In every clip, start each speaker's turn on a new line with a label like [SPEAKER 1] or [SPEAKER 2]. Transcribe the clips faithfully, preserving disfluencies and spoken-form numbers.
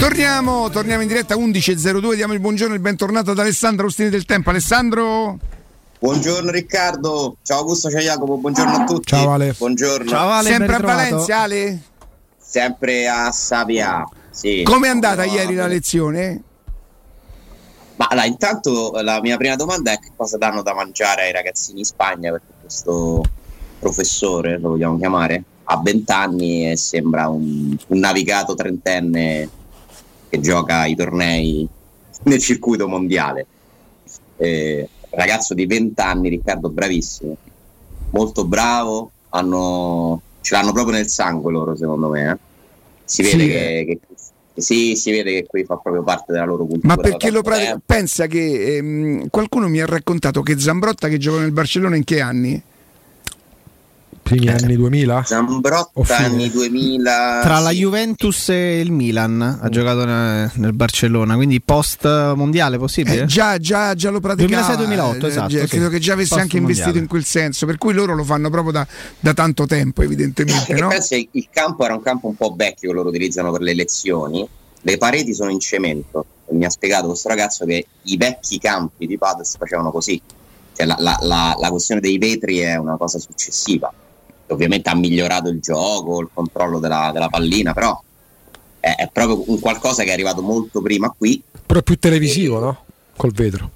[SPEAKER 1] Torniamo, torniamo in diretta undici e zero due, diamo il buongiorno e il bentornato ad Alessandro Austini del Tempo. Alessandro.
[SPEAKER 2] Buongiorno Riccardo, ciao Augusto, ciao Jacopo, buongiorno a tutti.
[SPEAKER 3] Ciao Ale.
[SPEAKER 2] Buongiorno.
[SPEAKER 1] Ciao Ale, sempre a Valencia, Ale?
[SPEAKER 2] Sempre a Savia, sì.
[SPEAKER 1] Com'è andata
[SPEAKER 2] no,
[SPEAKER 1] ieri la lezione?
[SPEAKER 2] Ma allora, intanto la mia prima domanda è che cosa danno da mangiare ai ragazzini in Spagna, perché questo professore, lo vogliamo chiamare, ha venti anni e sembra un, un navigato trentenne che gioca i tornei nel circuito mondiale. Eh, ragazzo di venti anni, Riccardo, bravissimo, molto bravo, hanno, ce l'hanno proprio nel sangue loro, secondo me. Eh? Si vede
[SPEAKER 1] sì.
[SPEAKER 2] che, che sì, si vede che qui fa proprio parte della loro cultura.
[SPEAKER 1] Ma perché lo pratica? Pensa che ehm, qualcuno mi ha raccontato che Zambrotta, che gioca nel Barcellona, in che anni?
[SPEAKER 3] Primi anni duemila?
[SPEAKER 2] Zambrotta anni duemila.
[SPEAKER 4] Tra la Juventus e il Milan ha giocato nel, nel Barcellona, quindi post mondiale possibile?
[SPEAKER 1] Eh, già, già, già lo praticava.
[SPEAKER 4] duemilasei duemilaotto, esatto.
[SPEAKER 1] Già, credo
[SPEAKER 4] sì.
[SPEAKER 1] che già avesse
[SPEAKER 4] Post
[SPEAKER 1] anche investito
[SPEAKER 4] mondiale.
[SPEAKER 1] in quel senso, per cui loro lo fanno proprio da, da tanto tempo, evidentemente.
[SPEAKER 2] Eh,
[SPEAKER 1] no?
[SPEAKER 2] penso che il campo era un campo un po' vecchio che loro utilizzano per le lezioni, le pareti sono in cemento. E mi ha spiegato questo ragazzo che i vecchi campi di padel si facevano così, cioè la, la, la, la questione dei vetri è una cosa successiva. Ovviamente ha migliorato il gioco, il controllo della, della pallina, però è, è proprio un qualcosa che è arrivato molto prima qui.
[SPEAKER 3] Però è più televisivo, e... no? Col vetro.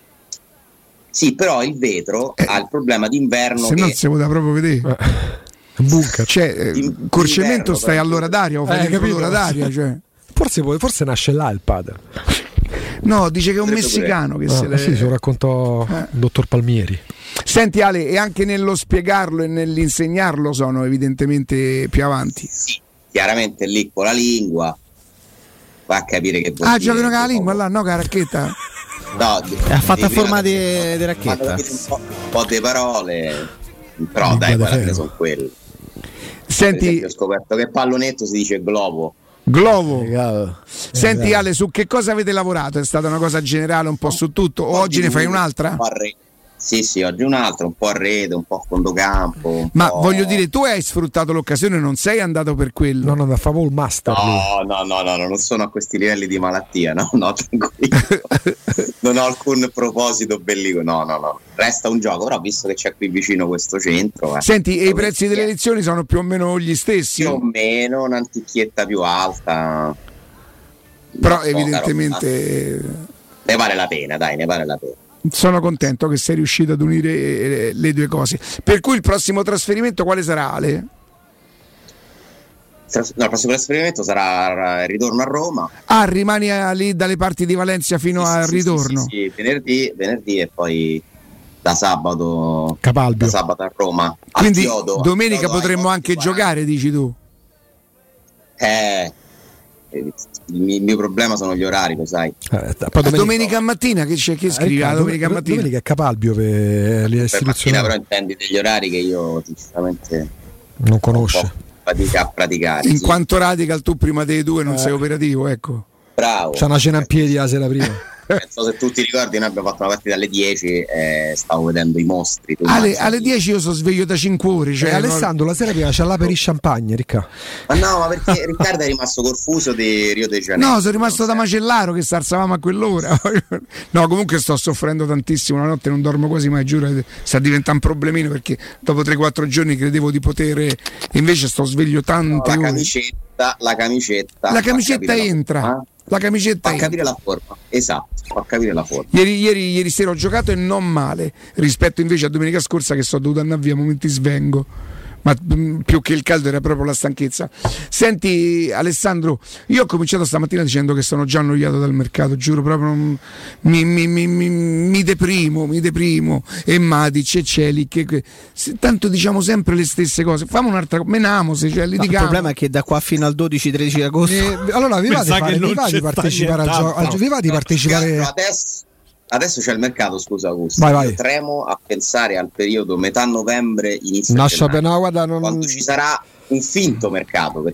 [SPEAKER 2] Sì, però il vetro eh, ha il problema d'inverno.
[SPEAKER 1] Se
[SPEAKER 2] che...
[SPEAKER 1] non si poteva proprio vedere.
[SPEAKER 3] Eh, bunker.
[SPEAKER 1] Cioè, col cemento stai all'ora d'aria o fai
[SPEAKER 3] eh,
[SPEAKER 1] l'ora d'aria, cioè.
[SPEAKER 3] Forse, forse nasce là il padel.
[SPEAKER 1] No, dice che è un messicano che
[SPEAKER 3] ah,
[SPEAKER 1] se le...
[SPEAKER 3] sì, se lo raccontò eh. il dottor Palmieri.
[SPEAKER 1] Senti Ale, e anche nello spiegarlo e nell'insegnarlo sono evidentemente più avanti.
[SPEAKER 2] Sì, chiaramente lì con la lingua va a capire che
[SPEAKER 1] ah, giocano con la lingua là, no, con la racchetta?
[SPEAKER 2] No,
[SPEAKER 4] ha fatto a forma di racchetta.
[SPEAKER 2] Un po', un po' di parole, però non dai, guarda che sono quelle.
[SPEAKER 1] Senti,
[SPEAKER 2] esempio, ho scoperto che pallonetto si dice globo.
[SPEAKER 1] Globo. Eh, Senti Ale, su che cosa avete lavorato? È stata una cosa generale un po' su tutto? O oggi ne fai un'altra?
[SPEAKER 2] Sì, sì, oggi un'altra, un po' a rete, un po' a fondocampo. Un
[SPEAKER 1] Ma
[SPEAKER 2] po'...
[SPEAKER 1] voglio dire, tu hai sfruttato l'occasione, non sei andato per quello?
[SPEAKER 3] No, no, no, favo il master.
[SPEAKER 2] No, no, no, no, no, non sono a questi livelli di malattia, no, no, tranquillo. Non ho alcun proposito bellico, no, no, no. Resta un gioco, però visto che c'è qui vicino questo centro. Eh,
[SPEAKER 1] Senti, e i prezzi delle lezioni sono più o meno gli stessi?
[SPEAKER 2] Più o meno, un'antichietta più alta.
[SPEAKER 1] Però evidentemente...
[SPEAKER 2] Ne vale la pena, dai, ne vale la pena.
[SPEAKER 1] Sono contento che sei riuscito ad unire le due cose. Per cui il prossimo trasferimento quale sarà, Ale?
[SPEAKER 2] No, il prossimo trasferimento sarà il ritorno a Roma.
[SPEAKER 1] Ah, rimani lì dalle parti di Valencia fino
[SPEAKER 2] sì,
[SPEAKER 1] al
[SPEAKER 2] sì,
[SPEAKER 1] ritorno?
[SPEAKER 2] Sì, sì, sì, venerdì, venerdì e poi da sabato
[SPEAKER 3] Capalbio.
[SPEAKER 2] Da sabato a Roma.
[SPEAKER 1] Quindi
[SPEAKER 2] a Chiodo,
[SPEAKER 1] domenica
[SPEAKER 2] a Chiodo,
[SPEAKER 1] potremmo anche giocare, dici tu?
[SPEAKER 2] Eh... Il mio, il mio problema sono gli orari, lo sai.
[SPEAKER 3] Eh,
[SPEAKER 1] domenica, domenica mattina che c'è che scrive? Eh, domenica mattina.
[SPEAKER 3] Domenica è Capalbio per le istituzioni.
[SPEAKER 2] Però intendi degli orari che io sinceramente
[SPEAKER 3] non conosce.
[SPEAKER 2] Fatica a praticare.
[SPEAKER 1] In
[SPEAKER 2] sì.
[SPEAKER 1] quanto radical tu prima dei due non
[SPEAKER 3] eh.
[SPEAKER 1] sei operativo, ecco.
[SPEAKER 2] Bravo.
[SPEAKER 3] C'è una cena in piedi la sera prima.
[SPEAKER 2] Penso se tu ti ricordi, noi abbiamo fatto una partita alle dieci e stavo vedendo i mostri.
[SPEAKER 1] alle, alle dieci io sono sveglio da cinque ore. Cioè
[SPEAKER 3] eh, Alessandro, la sera prima c'è la per i champagne, Ricca.
[SPEAKER 2] Ma no, ma perché Riccardo è rimasto col fuso di Rio de Janeiro.
[SPEAKER 1] No, sono rimasto da macellaro che sarzavamo a quell'ora. No, comunque sto soffrendo tantissimo. La notte non dormo quasi mai, giuro. Sta diventando un problemino perché dopo tre quattro giorni credevo di poter. Invece sto sveglio tante
[SPEAKER 2] no, la
[SPEAKER 1] ore.
[SPEAKER 2] Camicetta, la camicetta.
[SPEAKER 1] La camicetta entra. La, la camicetta
[SPEAKER 2] fa capire la forma, esatto, fa capire la forma.
[SPEAKER 1] Ieri, ieri, ieri sera ho giocato e non male rispetto invece a domenica scorsa che sono dovuto andare via a momenti svengo, ma mh, più che il caldo era proprio la stanchezza. Senti Alessandro, io ho cominciato stamattina dicendo che sono già annoiato dal mercato, giuro proprio non, mi, mi, mi, mi, mi deprimo, mi deprimo e Matic e Celi che, che se, tanto diciamo sempre le stesse cose, fammi un'altra cosa, menamo se cioè, litigamo.
[SPEAKER 4] No, il problema è che da qua fino al dodici tredici agosto
[SPEAKER 3] eh, allora vi va di fare, vi va di partecipare al gioco, no. vi va di partecipare
[SPEAKER 2] adesso. Adesso c'è il mercato, scusa Augusto.
[SPEAKER 3] Vai, vai.
[SPEAKER 2] Io tremo a pensare al periodo metà novembre, inizio
[SPEAKER 3] Nascia
[SPEAKER 2] gennaio,
[SPEAKER 3] per, no, guarda, non...
[SPEAKER 2] quando ci sarà un finto mercato, perché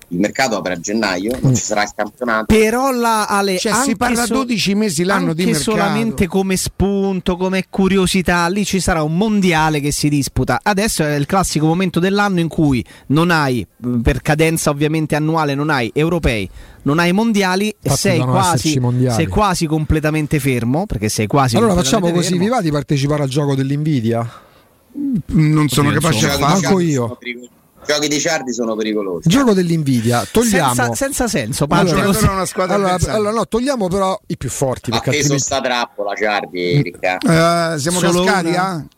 [SPEAKER 2] il mercato apre a gennaio, non mm. ci sarà il campionato.
[SPEAKER 4] Però la Ale,
[SPEAKER 1] cioè, si parla so, dodici mesi l'anno di mercato.
[SPEAKER 4] Solamente come spunto, come curiosità, lì ci sarà un mondiale che si disputa. Adesso è il classico momento dell'anno in cui non hai, per cadenza ovviamente annuale, non hai europei, non hai mondiali e sei quasi, sei quasi completamente fermo, perché sei quasi
[SPEAKER 3] allora facciamo così,
[SPEAKER 4] fermo.
[SPEAKER 3] Vi va di partecipare al gioco dell'invidia?
[SPEAKER 1] Non sono
[SPEAKER 3] Oddio,
[SPEAKER 1] capace a farlo.
[SPEAKER 3] Manco io.
[SPEAKER 2] Giochi di Ciardi sono pericolosi.
[SPEAKER 3] Il gioco dell'invidia, togliamo
[SPEAKER 4] senza, senza senso.
[SPEAKER 3] Allora,
[SPEAKER 1] una squadra
[SPEAKER 3] allora, allora no, togliamo però i più forti.
[SPEAKER 2] Ma
[SPEAKER 3] perché
[SPEAKER 2] peso
[SPEAKER 3] altrimenti...
[SPEAKER 2] sta trappola Ciardi, Ricca.
[SPEAKER 1] Uh, siamo
[SPEAKER 4] Solo
[SPEAKER 1] cascati,
[SPEAKER 4] una...
[SPEAKER 1] eh?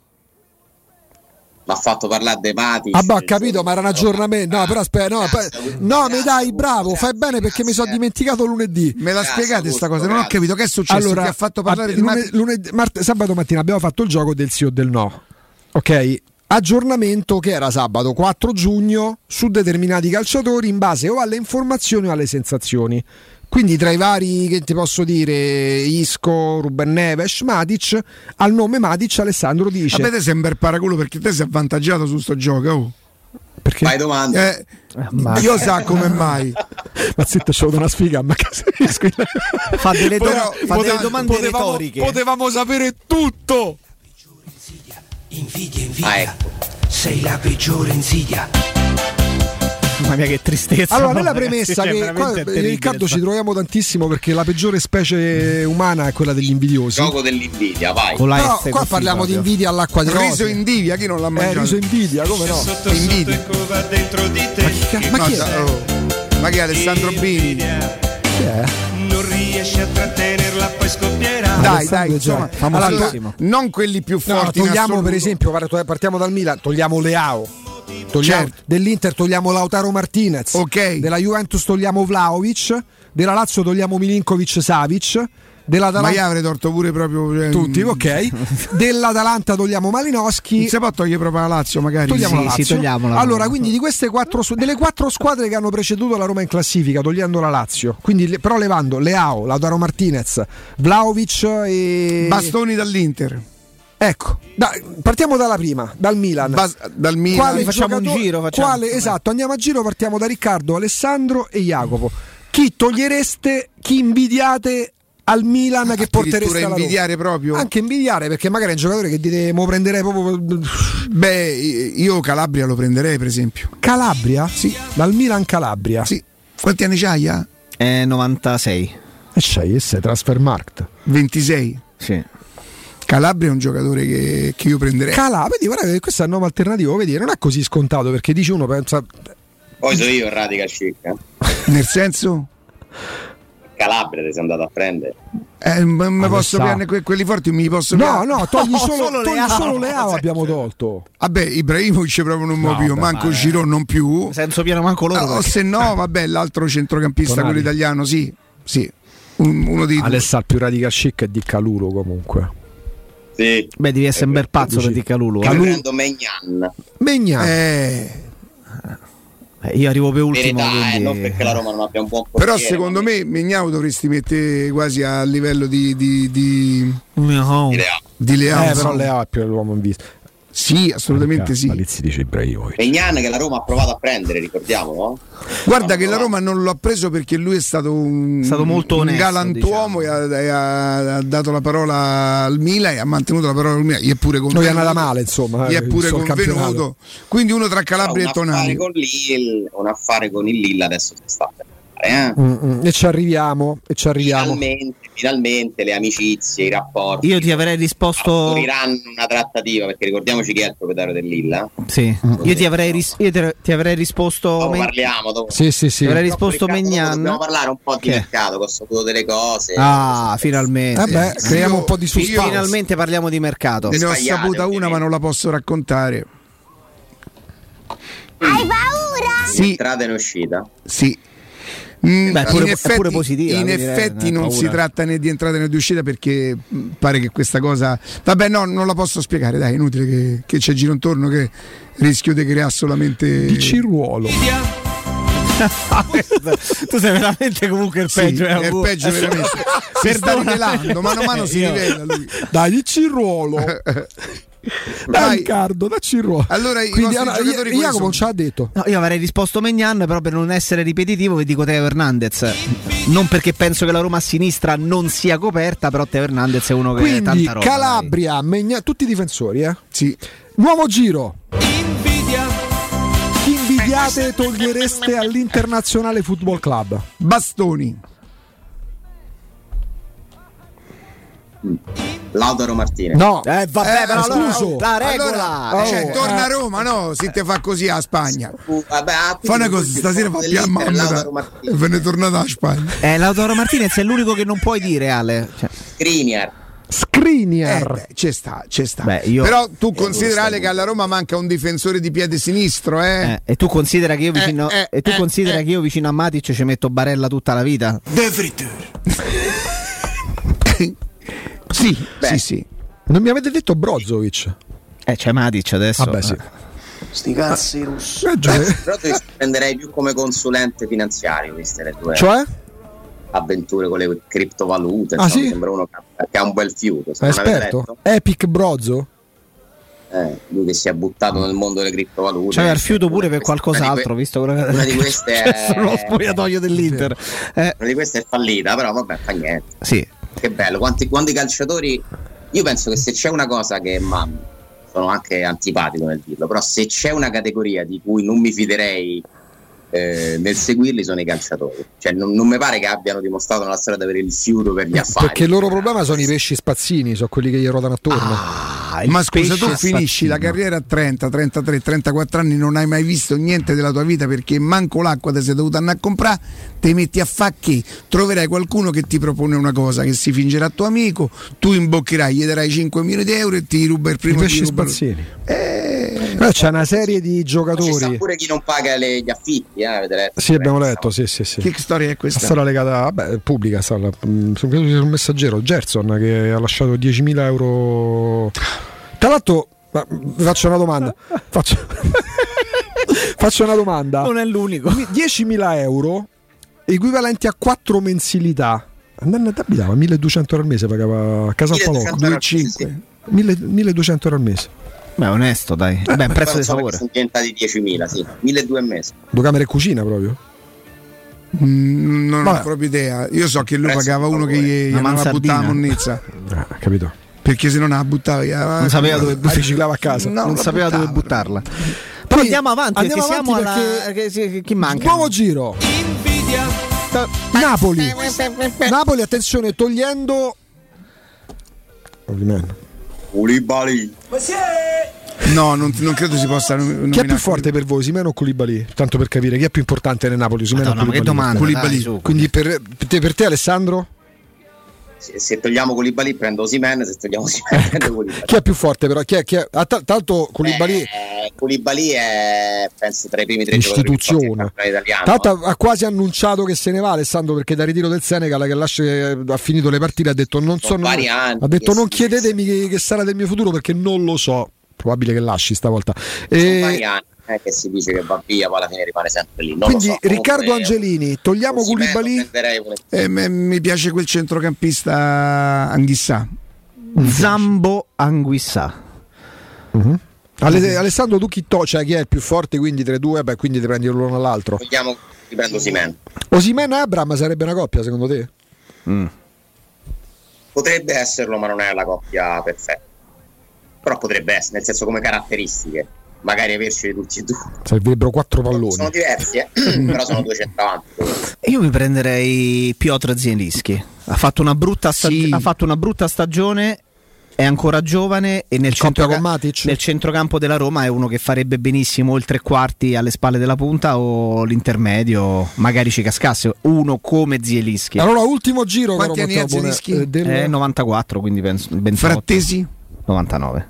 [SPEAKER 2] M'ha fatto parlare dei Mati.
[SPEAKER 3] Ah, bah, capito, ma era un aggiornamento. No, però aspetta, no, no, mi dai, bravo, fai bene perché mi sono dimenticato lunedì.
[SPEAKER 1] Me la spiegate sta cosa? Non ho capito che è successo.
[SPEAKER 3] Allora,
[SPEAKER 1] che ha fatto parlare
[SPEAKER 3] a,
[SPEAKER 1] di
[SPEAKER 3] lunedì, lunedì, mart- sabato mattina abbiamo fatto il gioco del sì o del no. Ok? Aggiornamento che era sabato quattro giugno su determinati calciatori in base o alle informazioni o alle sensazioni. Quindi tra i vari che ti posso dire, Isco, Ruben Neves, Matic, al nome Matic Alessandro dice:
[SPEAKER 1] a me te sembra il paraculo perché te sei avvantaggiato su sto gioco. Oh.
[SPEAKER 2] Perché? Fai domande.
[SPEAKER 1] Eh, eh, io sa come mai.
[SPEAKER 3] Ma zitto, c'ho una sfiga, ma
[SPEAKER 4] fa delle, do- Però, fa poteva, delle domande
[SPEAKER 1] potevamo,
[SPEAKER 4] retoriche.
[SPEAKER 1] Potevamo sapere tutto.
[SPEAKER 5] Invidia, invidia,
[SPEAKER 2] ah, ecco.
[SPEAKER 5] Sei la peggiore insidia.
[SPEAKER 4] Mamma mia, che tristezza.
[SPEAKER 3] Allora, nella premessa che qua, Riccardo, ci troviamo tantissimo perché la peggiore specie umana è quella degli invidiosi.
[SPEAKER 2] Gioco dell'invidia, vai.
[SPEAKER 3] Però qua parliamo proprio di invidia all'acqua di rose.
[SPEAKER 1] Riso invidia, chi non l'ha mangiato?
[SPEAKER 3] Eh, riso invidia, come no?
[SPEAKER 5] Sotto, invidia. Sotto dentro di te.
[SPEAKER 3] Ma chi, ca- ma chi
[SPEAKER 1] no,
[SPEAKER 3] è?
[SPEAKER 1] Oh. Ma chi è Alessandro Bini? Chi
[SPEAKER 3] è?
[SPEAKER 5] Non riesci a trattenerla, poi scoppierà.
[SPEAKER 1] Dai, dai, insomma, allora, non quelli più forti.
[SPEAKER 3] No, togliamo per esempio, partiamo dal Milan, togliamo Leao. Togliamo, certo. Dell'Inter togliamo Lautaro Martinez,
[SPEAKER 1] okay.
[SPEAKER 3] Della Juventus togliamo Vlahovic, della Lazio togliamo Milinkovic Savic, dell'Atalanta...
[SPEAKER 1] ma io avrei torto pure proprio
[SPEAKER 3] tutti, ok. Dell'Atalanta togliamo Malinowski.
[SPEAKER 1] Non si può togliere proprio la Lazio, magari
[SPEAKER 3] togliamo
[SPEAKER 4] sì,
[SPEAKER 3] la Lazio.
[SPEAKER 4] Sì, togliamo la
[SPEAKER 3] allora, quindi di queste quattro delle quattro squadre che hanno preceduto la Roma in classifica, togliendo la Lazio, quindi però levando Leao, Lautaro Martinez, Vlahovic e
[SPEAKER 1] Bastoni dall'Inter.
[SPEAKER 3] Ecco, da, partiamo dalla prima, dal Milan.
[SPEAKER 1] Bas, dal Milan.
[SPEAKER 3] Quale
[SPEAKER 4] facciamo un giro, facciamo.
[SPEAKER 3] Quale, esatto, andiamo a giro, partiamo da Riccardo, Alessandro e Jacopo. Chi togliereste, chi invidiate al Milan che portereste alla
[SPEAKER 1] invidiare
[SPEAKER 3] Roma?
[SPEAKER 1] proprio?
[SPEAKER 3] Anche invidiare, perché magari è un giocatore che dite mo prenderei proprio.
[SPEAKER 1] Beh, io Calabria lo prenderei, per esempio.
[SPEAKER 3] Calabria?
[SPEAKER 1] Sì.
[SPEAKER 3] Dal Milan Calabria?
[SPEAKER 1] Sì. Quanti anni c'hai? Eh?
[SPEAKER 4] Eh, novantasei.
[SPEAKER 3] E c'hai, e sei Transfermarkt.
[SPEAKER 1] ventisei.
[SPEAKER 4] Sì.
[SPEAKER 1] Calabria è un giocatore che, che io prenderei.
[SPEAKER 3] Calabria, vedi, guarda che questo è un nome alternativo, vedi, non è così scontato perché dice uno pensa.
[SPEAKER 2] Poi so io il Radical Chic. Eh?
[SPEAKER 1] Nel senso?
[SPEAKER 2] Calabria ti sei andato a prendere.
[SPEAKER 1] Eh, ma ah, posso prendere que- quelli forti mi posso
[SPEAKER 3] No,
[SPEAKER 1] piano.
[SPEAKER 3] no, togli solo,
[SPEAKER 4] solo
[SPEAKER 3] togli
[SPEAKER 4] Leao.
[SPEAKER 3] solo Leao abbiamo tolto.
[SPEAKER 1] Vabbè, Ibrahimovic proprio non mo'
[SPEAKER 3] no,
[SPEAKER 1] più,
[SPEAKER 3] beh,
[SPEAKER 1] manco
[SPEAKER 3] ma
[SPEAKER 1] Giroud non più.
[SPEAKER 4] Senso pieno manco loro.
[SPEAKER 1] O se no, vabbè, l'altro centrocampista,
[SPEAKER 3] Tonali.
[SPEAKER 1] quello italiano, sì. Sì. Un, uno di
[SPEAKER 3] Alessà più Radical Chic è di Calulu comunque.
[SPEAKER 2] Sì.
[SPEAKER 4] Beh, devi essere un bel pazzo
[SPEAKER 3] dici,
[SPEAKER 4] per di Calulu.
[SPEAKER 2] Io
[SPEAKER 4] Eh.
[SPEAKER 2] prendo Megnan.
[SPEAKER 3] Megnan.
[SPEAKER 1] Eh.
[SPEAKER 4] Eh, io arrivo per ultimo.
[SPEAKER 2] Verità,
[SPEAKER 4] quindi...
[SPEAKER 2] eh, non perché la Roma non abbia un buon portiere.
[SPEAKER 1] Però secondo me Mignau dovresti mettere quasi a livello di di, di,
[SPEAKER 4] no.
[SPEAKER 1] di Leao.
[SPEAKER 3] Eh, però Leao è più l'uomo in vista.
[SPEAKER 1] Sì, assolutamente sì.
[SPEAKER 3] Palizzi dice Ibrahimovic.
[SPEAKER 2] Megnan che la Roma ha provato a prendere, ricordiamo, no?
[SPEAKER 1] Guarda che la Roma non lo ha preso perché lui è stato un,
[SPEAKER 4] è stato molto
[SPEAKER 1] un
[SPEAKER 4] onesto,
[SPEAKER 1] galantuomo,
[SPEAKER 4] diciamo.
[SPEAKER 1] e, ha, e ha, ha dato la parola al Milan e ha mantenuto la parola al Milan. Gli è pure
[SPEAKER 3] non gli è andata male, insomma.
[SPEAKER 1] Gli è pure convenuto. Quindi uno tra Calabria
[SPEAKER 2] no,
[SPEAKER 1] e Tonali.
[SPEAKER 2] Con Lille, un affare con il Lille adesso si sta per fare, eh?
[SPEAKER 3] Mm-mm. E ci arriviamo, e ci arriviamo.
[SPEAKER 2] Finalmente, finalmente le amicizie, i rapporti.
[SPEAKER 4] Io ti avrei risposto.
[SPEAKER 2] Apriranno una trattativa perché ricordiamoci chi è il proprietario del Lille.
[SPEAKER 4] Sì. Mm. Io ti avrei, ris- io te- ti avrei risposto.
[SPEAKER 2] Dopo
[SPEAKER 4] Me-
[SPEAKER 2] parliamo dopo.
[SPEAKER 3] Sì, sì, sì.
[SPEAKER 4] Ti avrei
[SPEAKER 2] Dopo,
[SPEAKER 4] risposto
[SPEAKER 2] Riccardo,
[SPEAKER 4] Megnan.
[SPEAKER 2] dobbiamo parlare un po' di
[SPEAKER 4] Che?
[SPEAKER 2] mercato, che ho saputo delle cose.
[SPEAKER 4] Ah, finalmente.
[SPEAKER 3] Vabbè, creiamo un po' di suspense.
[SPEAKER 4] Finalmente parliamo di mercato.
[SPEAKER 1] Ne ho
[SPEAKER 2] Sbagliate,
[SPEAKER 1] saputa una,
[SPEAKER 2] ovviamente.
[SPEAKER 1] ma non la posso raccontare.
[SPEAKER 6] Hai paura?
[SPEAKER 1] Sì,
[SPEAKER 2] Entrata in uscita.
[SPEAKER 1] sì. Mm,
[SPEAKER 4] Beh, pure-
[SPEAKER 1] in
[SPEAKER 4] è
[SPEAKER 1] effetti,
[SPEAKER 4] pure positiva,
[SPEAKER 1] in
[SPEAKER 4] quindi,
[SPEAKER 1] effetti
[SPEAKER 4] eh,
[SPEAKER 1] non
[SPEAKER 4] paura.
[SPEAKER 1] si tratta né di entrata né di uscita perché mh, pare che questa cosa vabbè no non la posso spiegare, dai, è inutile che, che c'è giro intorno, che rischio di creare solamente
[SPEAKER 3] Di Ciruolo.
[SPEAKER 4] Tu sei veramente comunque il
[SPEAKER 1] sì,
[SPEAKER 4] peggio.
[SPEAKER 1] è il peggio veramente si sta rivelando, mano a mano si
[SPEAKER 4] Io-
[SPEAKER 1] rivela lui.
[SPEAKER 3] Dai, di Ciruolo.
[SPEAKER 1] Vai.
[SPEAKER 3] Riccardo, dacci il ruolo.
[SPEAKER 1] Allora, i
[SPEAKER 3] quindi
[SPEAKER 1] vostri
[SPEAKER 3] allora,
[SPEAKER 1] giocatori quali
[SPEAKER 3] Jacopo non
[SPEAKER 1] sono?
[SPEAKER 3] ce l'ha detto.
[SPEAKER 4] No, io avrei risposto Maignan, però per non essere ripetitivo vi dico Teo Hernandez. Non perché penso che la Roma a sinistra non sia coperta, però Teo Hernandez è uno che
[SPEAKER 3] Quindi
[SPEAKER 4] è tanta roba.
[SPEAKER 3] Calabria, Megna- tutti difensori, eh?
[SPEAKER 1] Sì.
[SPEAKER 3] Nuovo giro.
[SPEAKER 5] Invidia,
[SPEAKER 3] Chi invidiate togliereste all'Internazionale Football Club?
[SPEAKER 1] Bastoni.
[SPEAKER 2] Lautaro Martinez.
[SPEAKER 3] No.
[SPEAKER 4] Eh vabbè,
[SPEAKER 1] Eh,
[SPEAKER 4] però allora,
[SPEAKER 3] scuso.
[SPEAKER 4] la regola.
[SPEAKER 1] Allora, cioè,
[SPEAKER 3] Oh,
[SPEAKER 1] torna a
[SPEAKER 3] eh.
[SPEAKER 1] Roma, no? Se te fa così a Spagna.
[SPEAKER 2] Uh, vabbè, ah,
[SPEAKER 1] Fa una
[SPEAKER 2] quindi
[SPEAKER 1] cosa,
[SPEAKER 2] il
[SPEAKER 1] stasera fa
[SPEAKER 2] uomo
[SPEAKER 1] più a
[SPEAKER 2] dell'Inter è
[SPEAKER 1] mamma
[SPEAKER 2] Lautaro
[SPEAKER 1] e
[SPEAKER 2] Martinez.
[SPEAKER 1] ve ne tornata a Spagna.
[SPEAKER 4] Eh, Lautaro Martinez è l'unico che non puoi dire, Ale. Cioè,
[SPEAKER 2] Skriniar.
[SPEAKER 3] Skriniar.
[SPEAKER 1] Eh, beh, c'è sta, c'è sta.
[SPEAKER 4] Beh, io-
[SPEAKER 1] Però tu considera Ale, che alla Roma manca un difensore di piede sinistro, eh?
[SPEAKER 4] eh, e tu considera che io vicino
[SPEAKER 1] Eh, eh,
[SPEAKER 4] e tu
[SPEAKER 1] eh,
[SPEAKER 4] considera
[SPEAKER 1] eh.
[SPEAKER 4] che io vicino a Matic ci metto Barella tutta la vita?
[SPEAKER 5] De Friture.
[SPEAKER 1] Sì,
[SPEAKER 2] Beh.
[SPEAKER 1] sì, sì.
[SPEAKER 3] Non mi avete detto Brozovic?
[SPEAKER 4] Eh, c'è Matic adesso.
[SPEAKER 3] Vabbè, sì.
[SPEAKER 5] Sti cazzi russi.
[SPEAKER 3] Eh, già-
[SPEAKER 2] Però ti prenderei più come consulente finanziario queste le due
[SPEAKER 3] Cioè?
[SPEAKER 2] avventure con le criptovalute.
[SPEAKER 3] Ah,
[SPEAKER 2] insomma,
[SPEAKER 3] sì?
[SPEAKER 2] mi sembra uno che che ha un bel fiuto. Se
[SPEAKER 3] È
[SPEAKER 2] non avete
[SPEAKER 3] esperto?
[SPEAKER 2] letto,
[SPEAKER 3] Epic Brozo?
[SPEAKER 2] eh, lui che si è buttato nel mondo delle criptovalute.
[SPEAKER 4] C'aveva il fiuto pure per
[SPEAKER 2] Una di
[SPEAKER 4] qualcos'altro,
[SPEAKER 2] que-
[SPEAKER 4] visto quello che
[SPEAKER 2] una di queste
[SPEAKER 4] Cioè,
[SPEAKER 2] è-
[SPEAKER 4] sono lo spogliatoio dell'Inter. Eh,
[SPEAKER 2] Una di queste è fallita, però vabbè, fa niente.
[SPEAKER 4] sì.
[SPEAKER 2] Che bello, quanti, quando i calciatori. Io penso che se c'è una cosa che, ma sono anche antipatico nel dirlo, però se c'è una categoria di cui non mi fiderei eh, nel seguirli sono i calciatori. Cioè non, non mi pare che abbiano dimostrato nella storia di avere il fiuto per gli affari.
[SPEAKER 3] Perché il loro problema sono i pesci spazzini, sono quelli che gli ruotano attorno.
[SPEAKER 4] Ah, il
[SPEAKER 1] Ma scusa, tu
[SPEAKER 4] pesce
[SPEAKER 1] finisci la
[SPEAKER 4] spazzino.
[SPEAKER 1] carriera a trenta, trentatré, trentaquattro anni, non hai mai visto niente della tua vita perché manco l'acqua te sei dovuto andare a comprare, te metti a fa che troverai qualcuno che ti propone una cosa che si fingerà tuo amico, tu imboccherai, gli darai cinque milioni di euro e ti ruba il
[SPEAKER 3] I
[SPEAKER 1] primo
[SPEAKER 3] pesci
[SPEAKER 1] ti ruba-
[SPEAKER 3] spazzini.
[SPEAKER 1] Eh,
[SPEAKER 3] Però c'è una serie di
[SPEAKER 2] Ma ci sta
[SPEAKER 3] giocatori.
[SPEAKER 2] pure chi non paga le- gli affitti, eh, avete letto?
[SPEAKER 3] Sì, abbiamo
[SPEAKER 2] Eh,
[SPEAKER 3] letto, sì, sì, sì.
[SPEAKER 1] che storia è
[SPEAKER 3] La
[SPEAKER 1] questa?
[SPEAKER 3] storia legata, vabbè, pubblica, sta, la- mh, sul sul messaggero, Gerson che ha lasciato diecimila euro. Tra l'altro, ma, vi faccio una domanda. Faccio, faccio una domanda.
[SPEAKER 4] Non è l'unico.
[SPEAKER 3] diecimila euro equivalenti a quattro mensilità. Andando ad abitava milleduecento euro al mese, pagava a casa al Palocco.
[SPEAKER 2] milleduecento euro al
[SPEAKER 1] due virgola cinque.
[SPEAKER 2] mese,
[SPEAKER 3] mille- milleduecento euro al mese.
[SPEAKER 4] Beh, onesto, dai. Beh, un prezzo di favore.
[SPEAKER 2] Sono diventati diecimila, sì, milleduecento al mese.
[SPEAKER 3] Due camere e cucina proprio.
[SPEAKER 1] Mm, non
[SPEAKER 3] Vabbè.
[SPEAKER 1] ho proprio idea. Io so che lui
[SPEAKER 2] Prezzo
[SPEAKER 1] pagava
[SPEAKER 2] di
[SPEAKER 1] uno che
[SPEAKER 2] favore.
[SPEAKER 1] gli, gli
[SPEAKER 4] Una
[SPEAKER 1] andava a buttare la
[SPEAKER 4] mansardina.
[SPEAKER 1] monnezza
[SPEAKER 3] Ah, capito.
[SPEAKER 1] perché se non la buttava via.
[SPEAKER 4] Non sapeva dove
[SPEAKER 3] La riciclava a casa.
[SPEAKER 1] No,
[SPEAKER 4] non
[SPEAKER 1] la
[SPEAKER 4] sapeva dove
[SPEAKER 1] buttava.
[SPEAKER 4] buttarla. Però
[SPEAKER 3] Quindi,
[SPEAKER 4] andiamo avanti,
[SPEAKER 3] andiamo
[SPEAKER 4] perché siamo
[SPEAKER 3] avanti
[SPEAKER 4] alla
[SPEAKER 3] perché-
[SPEAKER 4] che si- chi manca?
[SPEAKER 3] Nuovo giro.
[SPEAKER 5] Invidia,
[SPEAKER 3] Napoli. Napoli, attenzione, togliendo. Ovviamente.
[SPEAKER 2] Koulibaly.
[SPEAKER 1] No, non, non credo si possa nom-
[SPEAKER 3] Chi è
[SPEAKER 1] nominare
[SPEAKER 3] più forte per voi, Osimhen o Koulibaly? Tanto per capire, chi è più importante nel Napoli, Osimhen o
[SPEAKER 4] Madonna, ma che
[SPEAKER 3] Koulibaly?
[SPEAKER 4] domanda,
[SPEAKER 1] Koulibaly.
[SPEAKER 4] dai, su.
[SPEAKER 3] Quindi per te, per te Alessandro?
[SPEAKER 2] Se, se togliamo Koulibaly prendo Osimhen, se togliamo Osimhen prendo Koulibaly.
[SPEAKER 3] Chi è più forte però? Chi è, chi è? Ah, t- tanto Koulibaly
[SPEAKER 2] Eh, Koulibaly è penso tra i primi tre giocatori più forti del
[SPEAKER 3] istituzione.
[SPEAKER 2] campionato italiano.
[SPEAKER 3] Tanto ha quasi annunciato che se ne va Alessandro perché dal ritiro del Senegal che lascia, ha finito le partite ha detto non so,
[SPEAKER 2] Sono
[SPEAKER 3] non-
[SPEAKER 2] vari anni
[SPEAKER 3] ha detto
[SPEAKER 2] che
[SPEAKER 3] non
[SPEAKER 2] si-
[SPEAKER 3] chiedetemi che, che sarà del mio futuro perché non lo so. Probabile che lasci stavolta.
[SPEAKER 2] Sono
[SPEAKER 3] E
[SPEAKER 2] vari anni eh, che si dice che va via, poi alla fine rimane sempre lì. Non
[SPEAKER 3] quindi
[SPEAKER 2] lo so.
[SPEAKER 3] Riccardo
[SPEAKER 2] Comunque,
[SPEAKER 3] Angelini, togliamo
[SPEAKER 2] Osimhen lo
[SPEAKER 3] Koulibaly.
[SPEAKER 2] prenderei come-
[SPEAKER 1] Eh, me- mi piace quel centrocampista Anghissà.
[SPEAKER 4] Zambo Anguissà.
[SPEAKER 3] Ale- Alessandro, tu chi to? Cioè chi è il più forte? Quindi tra i due, beh, quindi ti prendi l'uno all'altro.
[SPEAKER 2] Togliamo, riprendo Osimhen.
[SPEAKER 3] Osimhen e Abraham sarebbe una coppia secondo te?
[SPEAKER 2] Potrebbe esserlo, ma non è la coppia perfetta. Però potrebbe essere, nel senso come caratteristiche. Magari averceli tutti e due.
[SPEAKER 3] Servirebbero quattro palloni.
[SPEAKER 2] Sono diversi, eh? Però sono due centravanti.
[SPEAKER 4] Io mi prenderei Piotr Zielinski. Ha fatto una brutta, stag-
[SPEAKER 1] Sì.
[SPEAKER 4] ha fatto una brutta stagione, è ancora giovane e nel,
[SPEAKER 3] Coppia
[SPEAKER 4] centroca-
[SPEAKER 3] con Matic?
[SPEAKER 4] nel centrocampo della Roma è uno che farebbe benissimo il tre quarti alle spalle della punta o l'intermedio, magari ci cascasse uno come Zielinski.
[SPEAKER 3] Allora, ultimo giro.
[SPEAKER 1] Quanti
[SPEAKER 3] caro
[SPEAKER 1] anni ha
[SPEAKER 3] Matteo Bone-
[SPEAKER 1] Zielinski?
[SPEAKER 3] eh, del-
[SPEAKER 4] È novantaquattro, quindi penso ben
[SPEAKER 1] Frattesi?
[SPEAKER 4] novantanove.